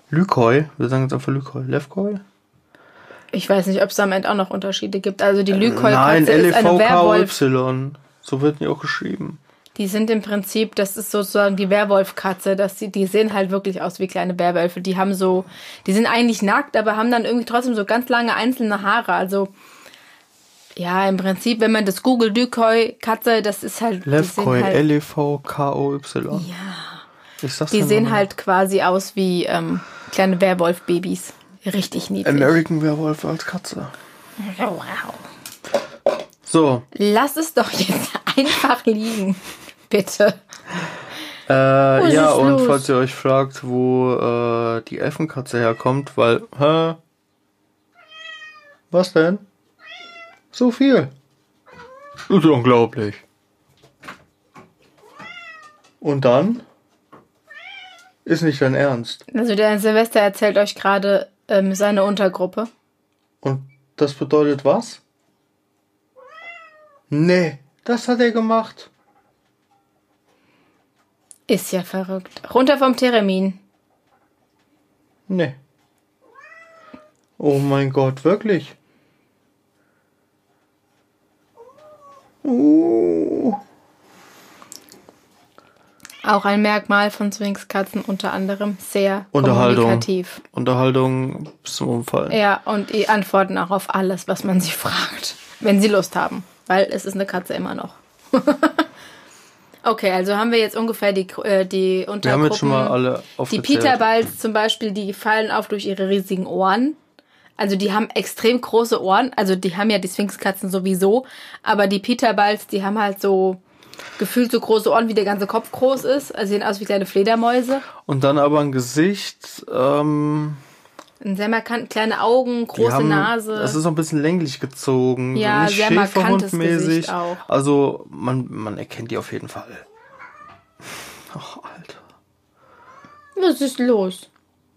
Lykoi, wir sagen jetzt einfach Lykoi. Levkoi? Ich weiß nicht, ob es am Ende auch noch Unterschiede gibt. Also die Nein, Lykoi-Katze ist eine Werwolf. L-E-V-K-O-Y. So wird die auch geschrieben. Die sind im Prinzip, das ist sozusagen die Werwolfkatze, die sehen halt wirklich aus wie kleine Werwölfe. Die sind eigentlich nackt, aber haben dann irgendwie trotzdem so ganz lange einzelne Haare. Also, ja, im Prinzip, wenn man das googelt, Lykoi-Katze, das ist halt... Levkoi, halt, L-E-V-K-O-Y. Ja. Die sehen halt quasi aus wie kleine Werwolf-Babys. Richtig niedlich. American Werewolf als Katze. Wow. So. Lass es doch jetzt einfach liegen. Bitte. Ja, und los? Falls ihr euch fragt, wo die Elfenkatze herkommt, weil, was denn? So viel. Ist unglaublich. Und dann? Ist nicht dein Ernst. Also der Silvester erzählt euch gerade seine Untergruppe. Und das bedeutet was? Nee, das hat er gemacht. Ist ja verrückt. Runter vom Theremin. Nee. Oh mein Gott, wirklich? Auch ein Merkmal von Sphinxkatzen unter anderem. Sehr kommunikativ. Unterhaltung bis zum Umfallen. Ja, und die antworten auch auf alles, was man sie fragt. Wenn sie Lust haben. Weil es ist eine Katze immer noch. Okay, also haben wir jetzt ungefähr die Untergruppen. Wir haben jetzt schon mal alle aufgezählt. Die Peterballs zum Beispiel, die fallen auf durch ihre riesigen Ohren. Also die haben extrem große Ohren. Also die haben ja die Sphinxkatzen sowieso. Aber die Peterballs, die haben halt so gefühlt so große Ohren, wie der ganze Kopf groß ist. Also sehen aus wie kleine Fledermäuse. Und dann aber ein Gesicht... sehr markant, kleine Augen, große Nase. Es ist so ein bisschen länglich gezogen. Ja, nicht sehr markantes Schäferhundmäßig. Gesicht auch. Also man erkennt die auf jeden Fall. Ach, Alter. Was ist los?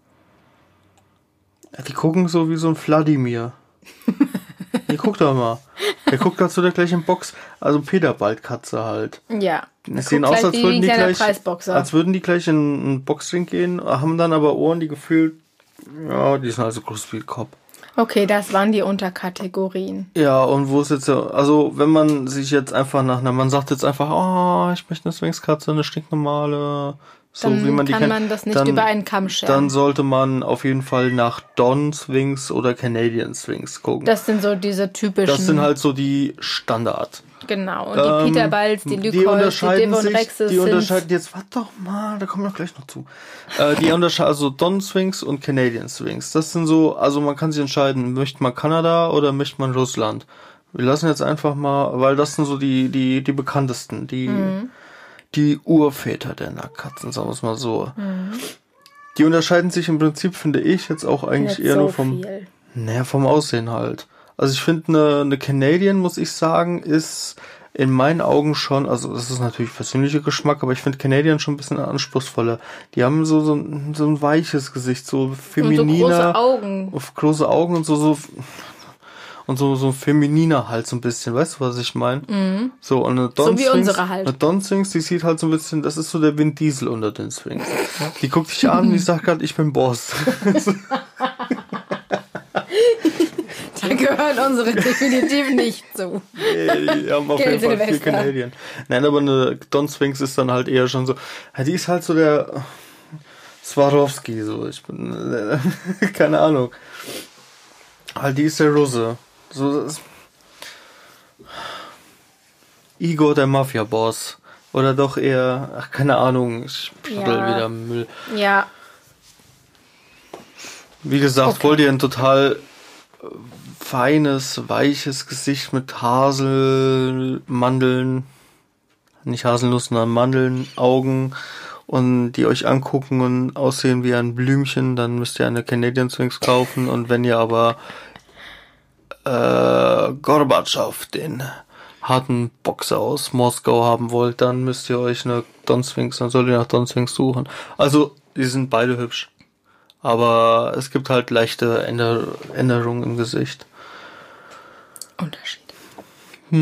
Ja, die gucken so wie so ein Wladimir. Nee, guck doch mal. Der guckt gerade zu der gleichen Box. Also Peterbald-Katze halt. Ja. Die sehen aus, als würden die gleich in einen Boxring gehen, haben dann aber Ohren, die gefühlt, ja, die sind also groß wie Kopf. Okay, das waren die Unterkategorien. Ja, und wo ist jetzt, also wenn man sich jetzt einfach man sagt jetzt einfach, oh, ich möchte eine Sphinxkatze, eine stinknormale, so dann wie man die kennt. Dann kann man das nicht über einen Kamm scheren. Dann sollte man auf jeden Fall nach Don Sphinx oder Canadian Sphinx gucken. Das sind so diese typischen. Das sind halt so die Standard. Genau, und die Peterballs, die Lykols, die Devonrexes die unterscheiden jetzt, warte doch mal, da kommen wir gleich noch zu. Die unterscheiden also Don Sphinx und Canadian Sphinx. Das sind so, also man kann sich entscheiden, möchte man Kanada oder möchte man Russland. Wir lassen jetzt einfach mal, weil das sind so die bekanntesten, die Urväter der Nacktkatzen, sagen wir es mal so. Die unterscheiden sich im Prinzip, finde ich, jetzt auch eigentlich nicht eher so nur vom Aussehen halt. Also ich finde, eine Canadian, muss ich sagen, ist in meinen Augen schon, also das ist natürlich persönlicher Geschmack, aber ich finde Canadian schon ein bisschen anspruchsvoller. Die haben so ein weiches Gesicht, so femininer. Und so große Augen. Große Augen und so femininer halt so ein bisschen, weißt du, was ich meine? Mhm. So, und eine Don so wie Sphinx, unsere halt. Eine Don Sphinx, die sieht halt so ein bisschen, das ist so der Vin Diesel unter den Sphinx. Die guckt dich an und die sagt gerade, ich bin Boss. Da gehören unsere definitiv nicht zu. Die haben auf jeden Fall viel Canadian. Nein, aber eine Don Sphinx ist dann halt eher schon so, die ist halt so der Swarovski, so, ich bin, keine Ahnung. Halt, die ist der Russe. So, Igor, der Mafia-Boss. Oder doch eher, ach, keine Ahnung, ich schuddel wieder Müll. Ja. Wie gesagt, wollt ihr ein total feines, weiches Gesicht mit Mandeln, nicht Haselnuss, sondern Mandeln, Augen und die euch angucken und aussehen wie ein Blümchen, dann müsst ihr eine Canadian Sphinx kaufen. Und wenn ihr aber Gorbatschow, den harten Boxer aus Moskau haben wollt, dann müsst ihr euch eine Don Sphinx, dann solltet ihr nach Don Sphinx suchen. Also, die sind beide hübsch. Aber es gibt halt leichte Änderungen im Gesicht. Unterschied.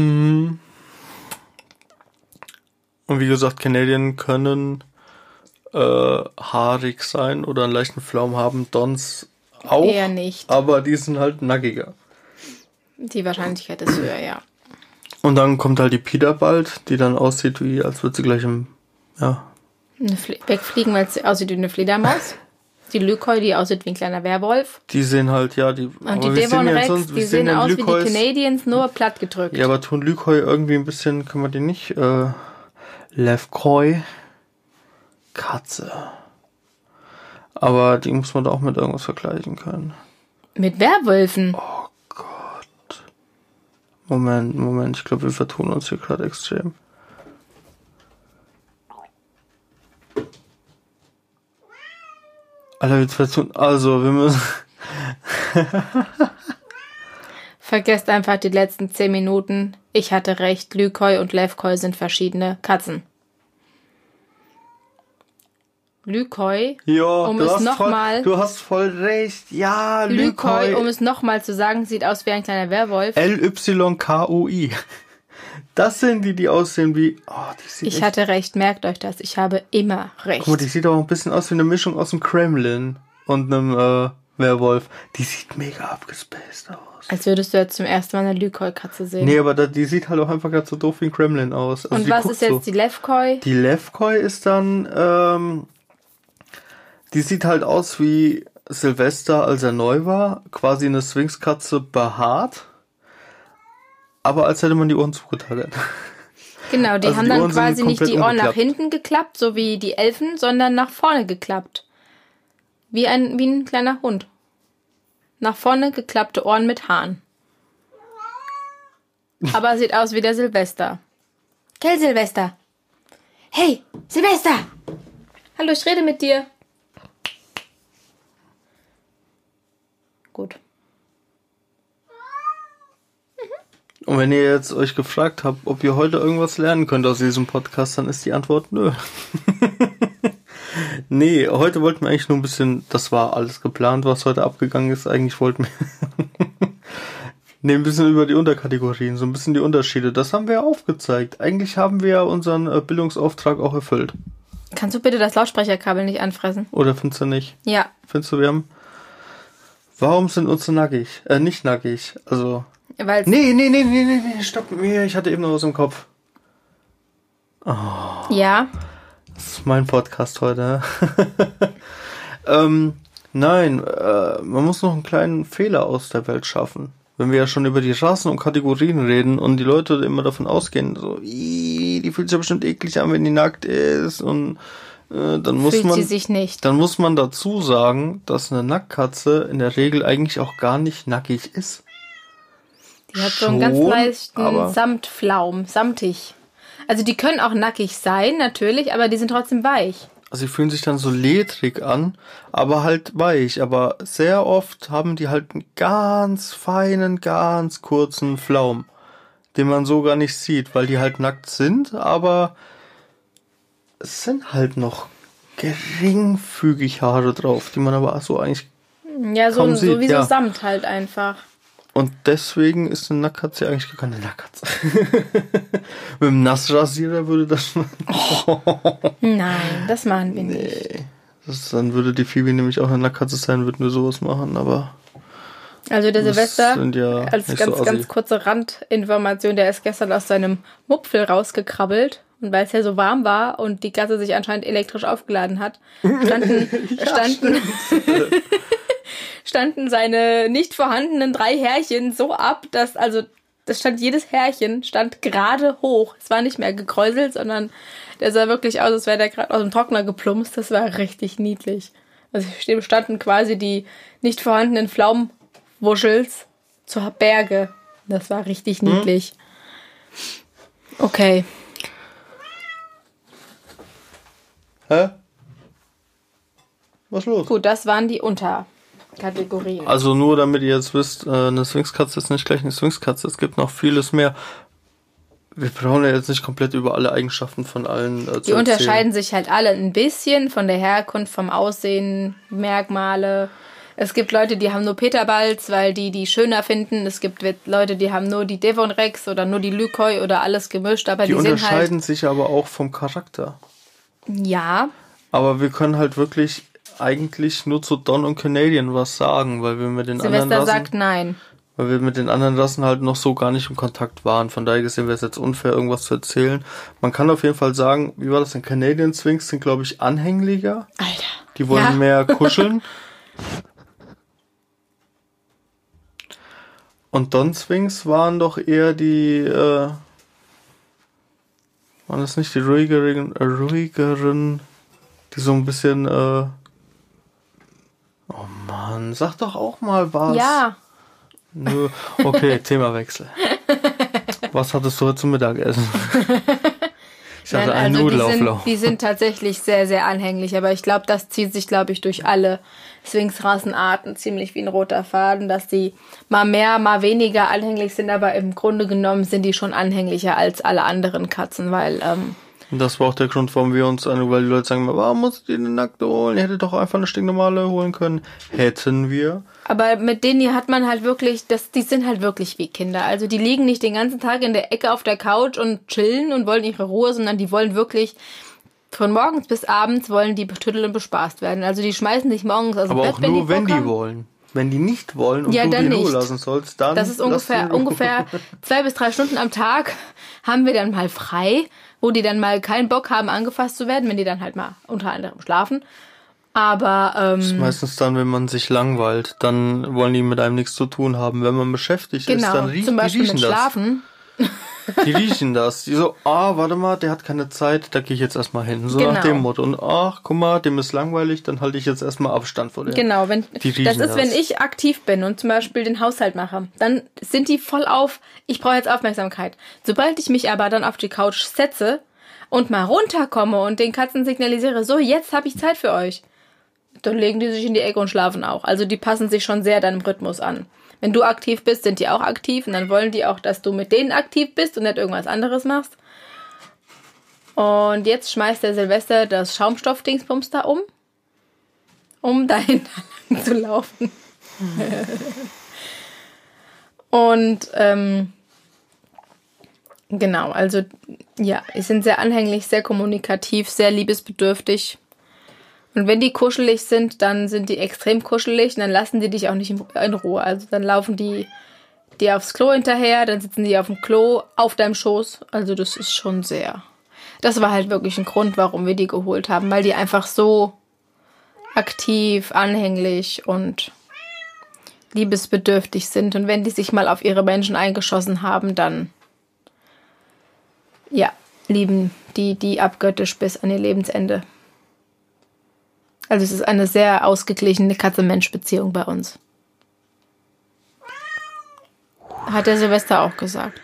Und wie gesagt, Canadian können haarig sein oder einen leichten Flaum haben. Dons auch. Eher nicht. Aber die sind halt nackiger. Die Wahrscheinlichkeit ist höher, ja. Und dann kommt halt die Pida bald, die dann aussieht, wie als würde sie gleich wegfliegen, weil sie aussieht wie eine Fledermaus. Die Lykoi, die aussieht wie ein kleiner Werwolf. Die sehen halt, ja, die... Und die Devon Rex, die sehen aus wie die Canadiens, nur platt gedrückt. Ja, aber tun Lykoi irgendwie ein bisschen, können wir die nicht... Levkoi. Katze. Aber die muss man da auch mit irgendwas vergleichen können. Mit Werwölfen? Oh Gott. Moment, ich glaube, wir vertun uns hier gerade extrem. Alter, wir vertun... Also, wir müssen... Vergesst einfach die letzten 10 Minuten. Ich hatte recht, Lykoi und Levkoi sind verschiedene Katzen. Lykoi, ja, du hast voll recht. Ja, Lykoi, um es nochmal zu sagen, sieht aus wie ein kleiner Werwolf. Lykoi. Das sind die aussehen wie... Oh, ich hatte recht, merkt euch das. Ich habe immer recht. Guck mal, die sieht auch ein bisschen aus wie eine Mischung aus dem Kremlin und einem Werwolf. Die sieht mega abgespaced aus. Als würdest du jetzt zum ersten Mal eine Lykoi-Katze sehen. Nee, aber die sieht halt auch einfach gerade so doof wie ein Kremlin aus. Also und was ist jetzt die Levkoi? Die Levkoi ist dann... die sieht halt aus wie Silvester, als er neu war. Quasi eine Sphinxkatze behaart. Aber als hätte man die Ohren zugetackert. Genau, die also haben dann quasi nicht die Ohren nach hinten geklappt, so wie die Elfen, sondern nach vorne geklappt. Wie ein kleiner Hund. Nach vorne geklappte Ohren mit Haaren. Aber sieht aus wie der Silvester. Gell, Silvester? Hey, Silvester! Hallo, ich rede mit dir. Gut. Und wenn ihr jetzt euch gefragt habt, ob ihr heute irgendwas lernen könnt aus diesem Podcast, dann ist die Antwort nö. Nee, heute wollten wir eigentlich nur ein bisschen, das war alles geplant, was heute abgegangen ist. Eigentlich wollten wir ein bisschen über die Unterkategorien, so ein bisschen die Unterschiede. Das haben wir ja aufgezeigt. Eigentlich haben wir ja unseren Bildungsauftrag auch erfüllt. Kannst du bitte das Lautsprecherkabel nicht anfressen? Oder findest du nicht? Ja. Findest du, wir haben... Warum sind unsere nackig? Nicht nackig, also... Weil's Nee, stopp mir, ich hatte eben noch was im Kopf. Oh. Ja? Das ist mein Podcast heute. Nein, man muss noch einen kleinen Fehler aus der Welt schaffen. Wenn wir ja schon über die Rassen und Kategorien reden und die Leute immer davon ausgehen, so, die fühlt sich ja bestimmt eklig an, wenn die nackt ist und dann muss man dazu sagen, dass eine Nacktkatze in der Regel eigentlich auch gar nicht nackig ist. Die hat so einen ganz leichten Samtflaum, samtig. Also die können auch nackig sein, natürlich, aber die sind trotzdem weich. Also die fühlen sich dann so ledrig an, aber halt weich. Aber sehr oft haben die halt einen ganz feinen, ganz kurzen Flaum, den man so gar nicht sieht, weil die halt nackt sind, aber es sind halt noch geringfügig Haare drauf, die man aber so eigentlich kaum sieht. So wie so Samt halt einfach. Und deswegen ist eine Nacktkatze eigentlich gar keine Nacktkatze. Mit dem Nassrasierer würde das schon... Nein, das machen wir nicht. Dann würde die Phoebe nämlich auch eine Nacktkatze sein, würden wir sowas machen, aber... Also der Silvester, ja als ganz kurze Randinformation, der ist gestern aus seinem Mupfel rausgekrabbelt. Und weil es ja so warm war und die Katze sich anscheinend elektrisch aufgeladen hat, standen seine nicht vorhandenen 3 Härchen so ab, dass jedes Härchen stand gerade hoch. Es war nicht mehr gekräuselt, sondern der sah wirklich aus, als wäre der gerade aus dem Trockner geplumpst. Das war richtig niedlich. Also standen quasi die nicht vorhandenen Pflaumenwuschels zur Berge. Das war richtig niedlich. Okay. Hä? Was ist los? Gut, das waren die Unterkategorien. Also nur damit ihr jetzt wisst, eine Sphinxkatze ist nicht gleich eine Sphinxkatze. Es gibt noch vieles mehr. Wir brauchen ja jetzt nicht komplett über alle Eigenschaften von allen zu Die unterscheiden sich halt alle ein bisschen von der Herkunft, vom Aussehen, Merkmale. Es gibt Leute, die haben nur Peterbalz, weil die schöner finden. Es gibt Leute, die haben nur die Devon Rex oder nur die Lykoi oder alles gemischt. Aber die unterscheiden sich aber auch vom Charakter. Ja. Aber wir können halt wirklich eigentlich nur zu Don und Canadian was sagen, weil wir mit den anderen Silvester sagt nein. Weil wir mit den anderen Rassen halt noch so gar nicht in Kontakt waren. Von daher gesehen wäre es jetzt unfair, irgendwas zu erzählen. Man kann auf jeden Fall sagen, wie war das denn? Canadian Sphinx sind, glaube ich, anhänglicher. Alter. Die wollen mehr kuscheln. Und Don Sphinx waren doch eher die, waren das nicht die ruhigeren, die so ein bisschen, oh Mann, sag doch auch mal was. Ja. Nö. Okay, Themawechsel. Was hattest du heute zum Mittagessen? Ich hatte einen Nudelauflauf. Die sind tatsächlich sehr, sehr anhänglich, aber ich glaube, das zieht sich, durch alle Sphinx-Rassenarten ziemlich wie ein roter Faden, dass die mal mehr, mal weniger anhänglich sind, aber im Grunde genommen sind die schon anhänglicher als alle anderen Katzen, weil Und das war auch der Grund, warum wir uns weil die Leute sagen, warum musst du die eine nackte holen? Ihr hättet doch einfach eine stinknormale holen können. Hätten wir. Aber mit denen hier hat man halt wirklich, die sind halt wirklich wie Kinder. Also die liegen nicht den ganzen Tag in der Ecke auf der Couch und chillen und wollen ihre Ruhe, sondern die wollen wirklich von morgens bis abends wollen die betüttelt und bespaßt werden. Also die schmeißen sich morgens aus dem Aber Bett, auch nur, wenn die haben. wollen. Wenn die nicht wollen und ja, du die in Ruhe nicht. lassen sollst, dann... Das ist ungefähr 2 bis 3 Stunden am Tag haben wir dann mal frei, wo die dann mal keinen Bock haben, angefasst zu werden, wenn die dann halt mal unter anderem schlafen. Aber das ist meistens dann, wenn man sich langweilt, dann wollen die mit einem nichts zu tun haben. Wenn man beschäftigt ist, dann zum Beispiel riechen mit Schlafen. Die riechen das. Die so, warte mal, der hat keine Zeit, da gehe ich jetzt erstmal hin. So nach dem Motto. Und guck mal, dem ist langweilig, dann halte ich jetzt erstmal Abstand vor dem. Genau, wenn ich aktiv bin und zum Beispiel den Haushalt mache, dann sind die voll auf, ich brauche jetzt Aufmerksamkeit. Sobald ich mich aber dann auf die Couch setze und mal runterkomme und den Katzen signalisiere, so, jetzt habe ich Zeit für euch, dann legen die sich in die Ecke und schlafen auch. Also die passen sich schon sehr deinem Rhythmus an. Wenn du aktiv bist, sind die auch aktiv und dann wollen die auch, dass du mit denen aktiv bist und nicht irgendwas anderes machst. Und jetzt schmeißt der Silvester das Schaumstoff-Dingsbums da um dahinter lang zu laufen. Und genau, also ja, die sind sehr anhänglich, sehr kommunikativ, sehr liebesbedürftig. Und wenn die kuschelig sind, dann sind die extrem kuschelig und dann lassen die dich auch nicht in Ruhe. Also dann laufen die dir aufs Klo hinterher, dann sitzen die auf dem Klo auf deinem Schoß. Also das ist schon sehr... Das war halt wirklich ein Grund, warum wir die geholt haben, weil die einfach so aktiv, anhänglich und liebesbedürftig sind. Und wenn die sich mal auf ihre Menschen eingeschossen haben, dann ja, lieben die abgöttisch bis an ihr Lebensende. Also es ist eine sehr ausgeglichene Katze-Mensch-Beziehung bei uns. Hat der Silvester auch gesagt.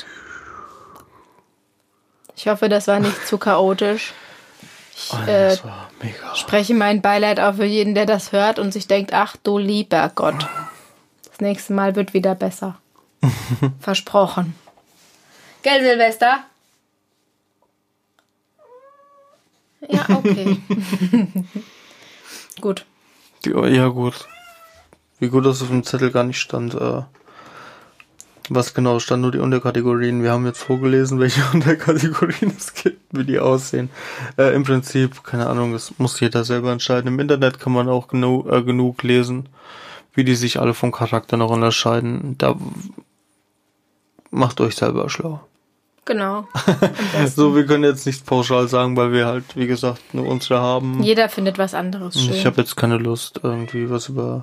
Ich hoffe, das war nicht zu chaotisch. Das war mega. Spreche mein Beileid auch für jeden, der das hört und sich denkt, ach du lieber Gott. Das nächste Mal wird wieder besser. Versprochen. Gell, Silvester? Ja, okay. Gut. Ja, gut. Wie gut, dass auf dem Zettel gar nicht stand, was genau stand, nur die Unterkategorien. Wir haben jetzt vorgelesen, welche Unterkategorien es gibt, wie die aussehen. Im Prinzip, keine Ahnung, das muss jeder selber entscheiden. Im Internet kann man auch genug lesen, wie die sich alle vom Charakter noch unterscheiden. Da macht euch selber schlau. Genau. So, wir können jetzt nicht pauschal sagen, weil wir halt, wie gesagt, nur unsere haben. Jeder findet was anderes schön. Ich habe jetzt keine Lust, irgendwie was über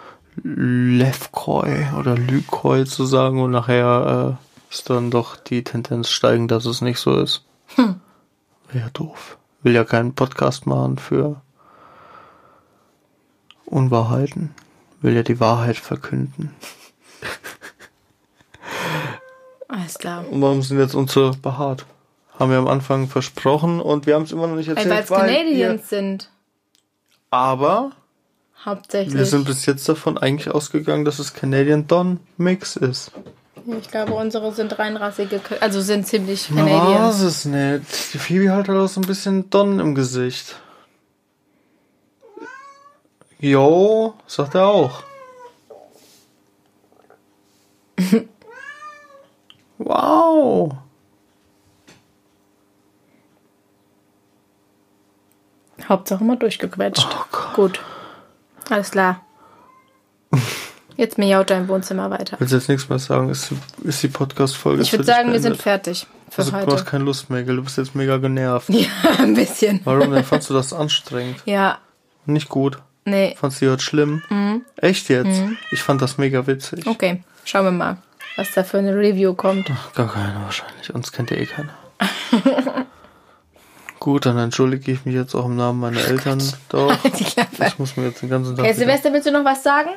Levkoi oder Lykoi zu sagen und nachher ist dann doch die Tendenz steigen, dass es nicht so ist. Wäre doof. Will ja keinen Podcast machen für Unwahrheiten. Will ja die Wahrheit verkünden. Alles klar. Und warum sind jetzt uns so behaart? Haben wir am Anfang versprochen und wir haben es immer noch nicht erzählt. Weil es Canadians sind. Aber hauptsächlich. Wir sind bis jetzt davon eigentlich ausgegangen, dass es Canadian Don Mix ist. Ich glaube, unsere sind reinrassige, also sind ziemlich Canadian. Canadian. Was ist nicht? Die Phoebe hat halt auch so ein bisschen Don im Gesicht. Jo, sagt er auch. Wow. Hauptsache mal durchgequetscht. Oh Gott. Gut. Alles klar. Jetzt miaut dein Wohnzimmer weiter. Willst du jetzt nichts mehr sagen? Ist die Podcast-Folge? Ich würde sagen, wir sind fertig für also, heute. Du hast keine Lust mehr, gell? Du bist jetzt mega genervt. Ja, ein bisschen. Warum denn? Fandst du das anstrengend? Ja. Nicht gut? Nee. Fandst du die heute schlimm? Mhm. Echt jetzt? Mhm. Ich fand das mega witzig. Okay, schauen wir mal, was da für eine Review kommt. Ach, gar keine wahrscheinlich. Uns kennt ja eh keiner. Gut, dann entschuldige ich mich jetzt auch im Namen meiner Eltern. Doch. Ich muss mir jetzt den ganzen Tag... Okay, Silvester, willst du noch was sagen?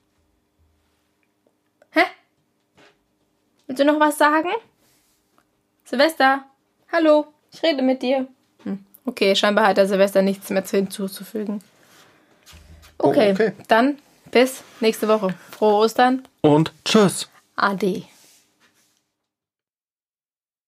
Hä? Willst du noch was sagen? Silvester? Hallo? Ich rede mit dir. Okay, scheinbar hat der Silvester nichts mehr hinzuzufügen. Okay, Dann bis nächste Woche. Frohe Ostern. Und tschüss. Ade.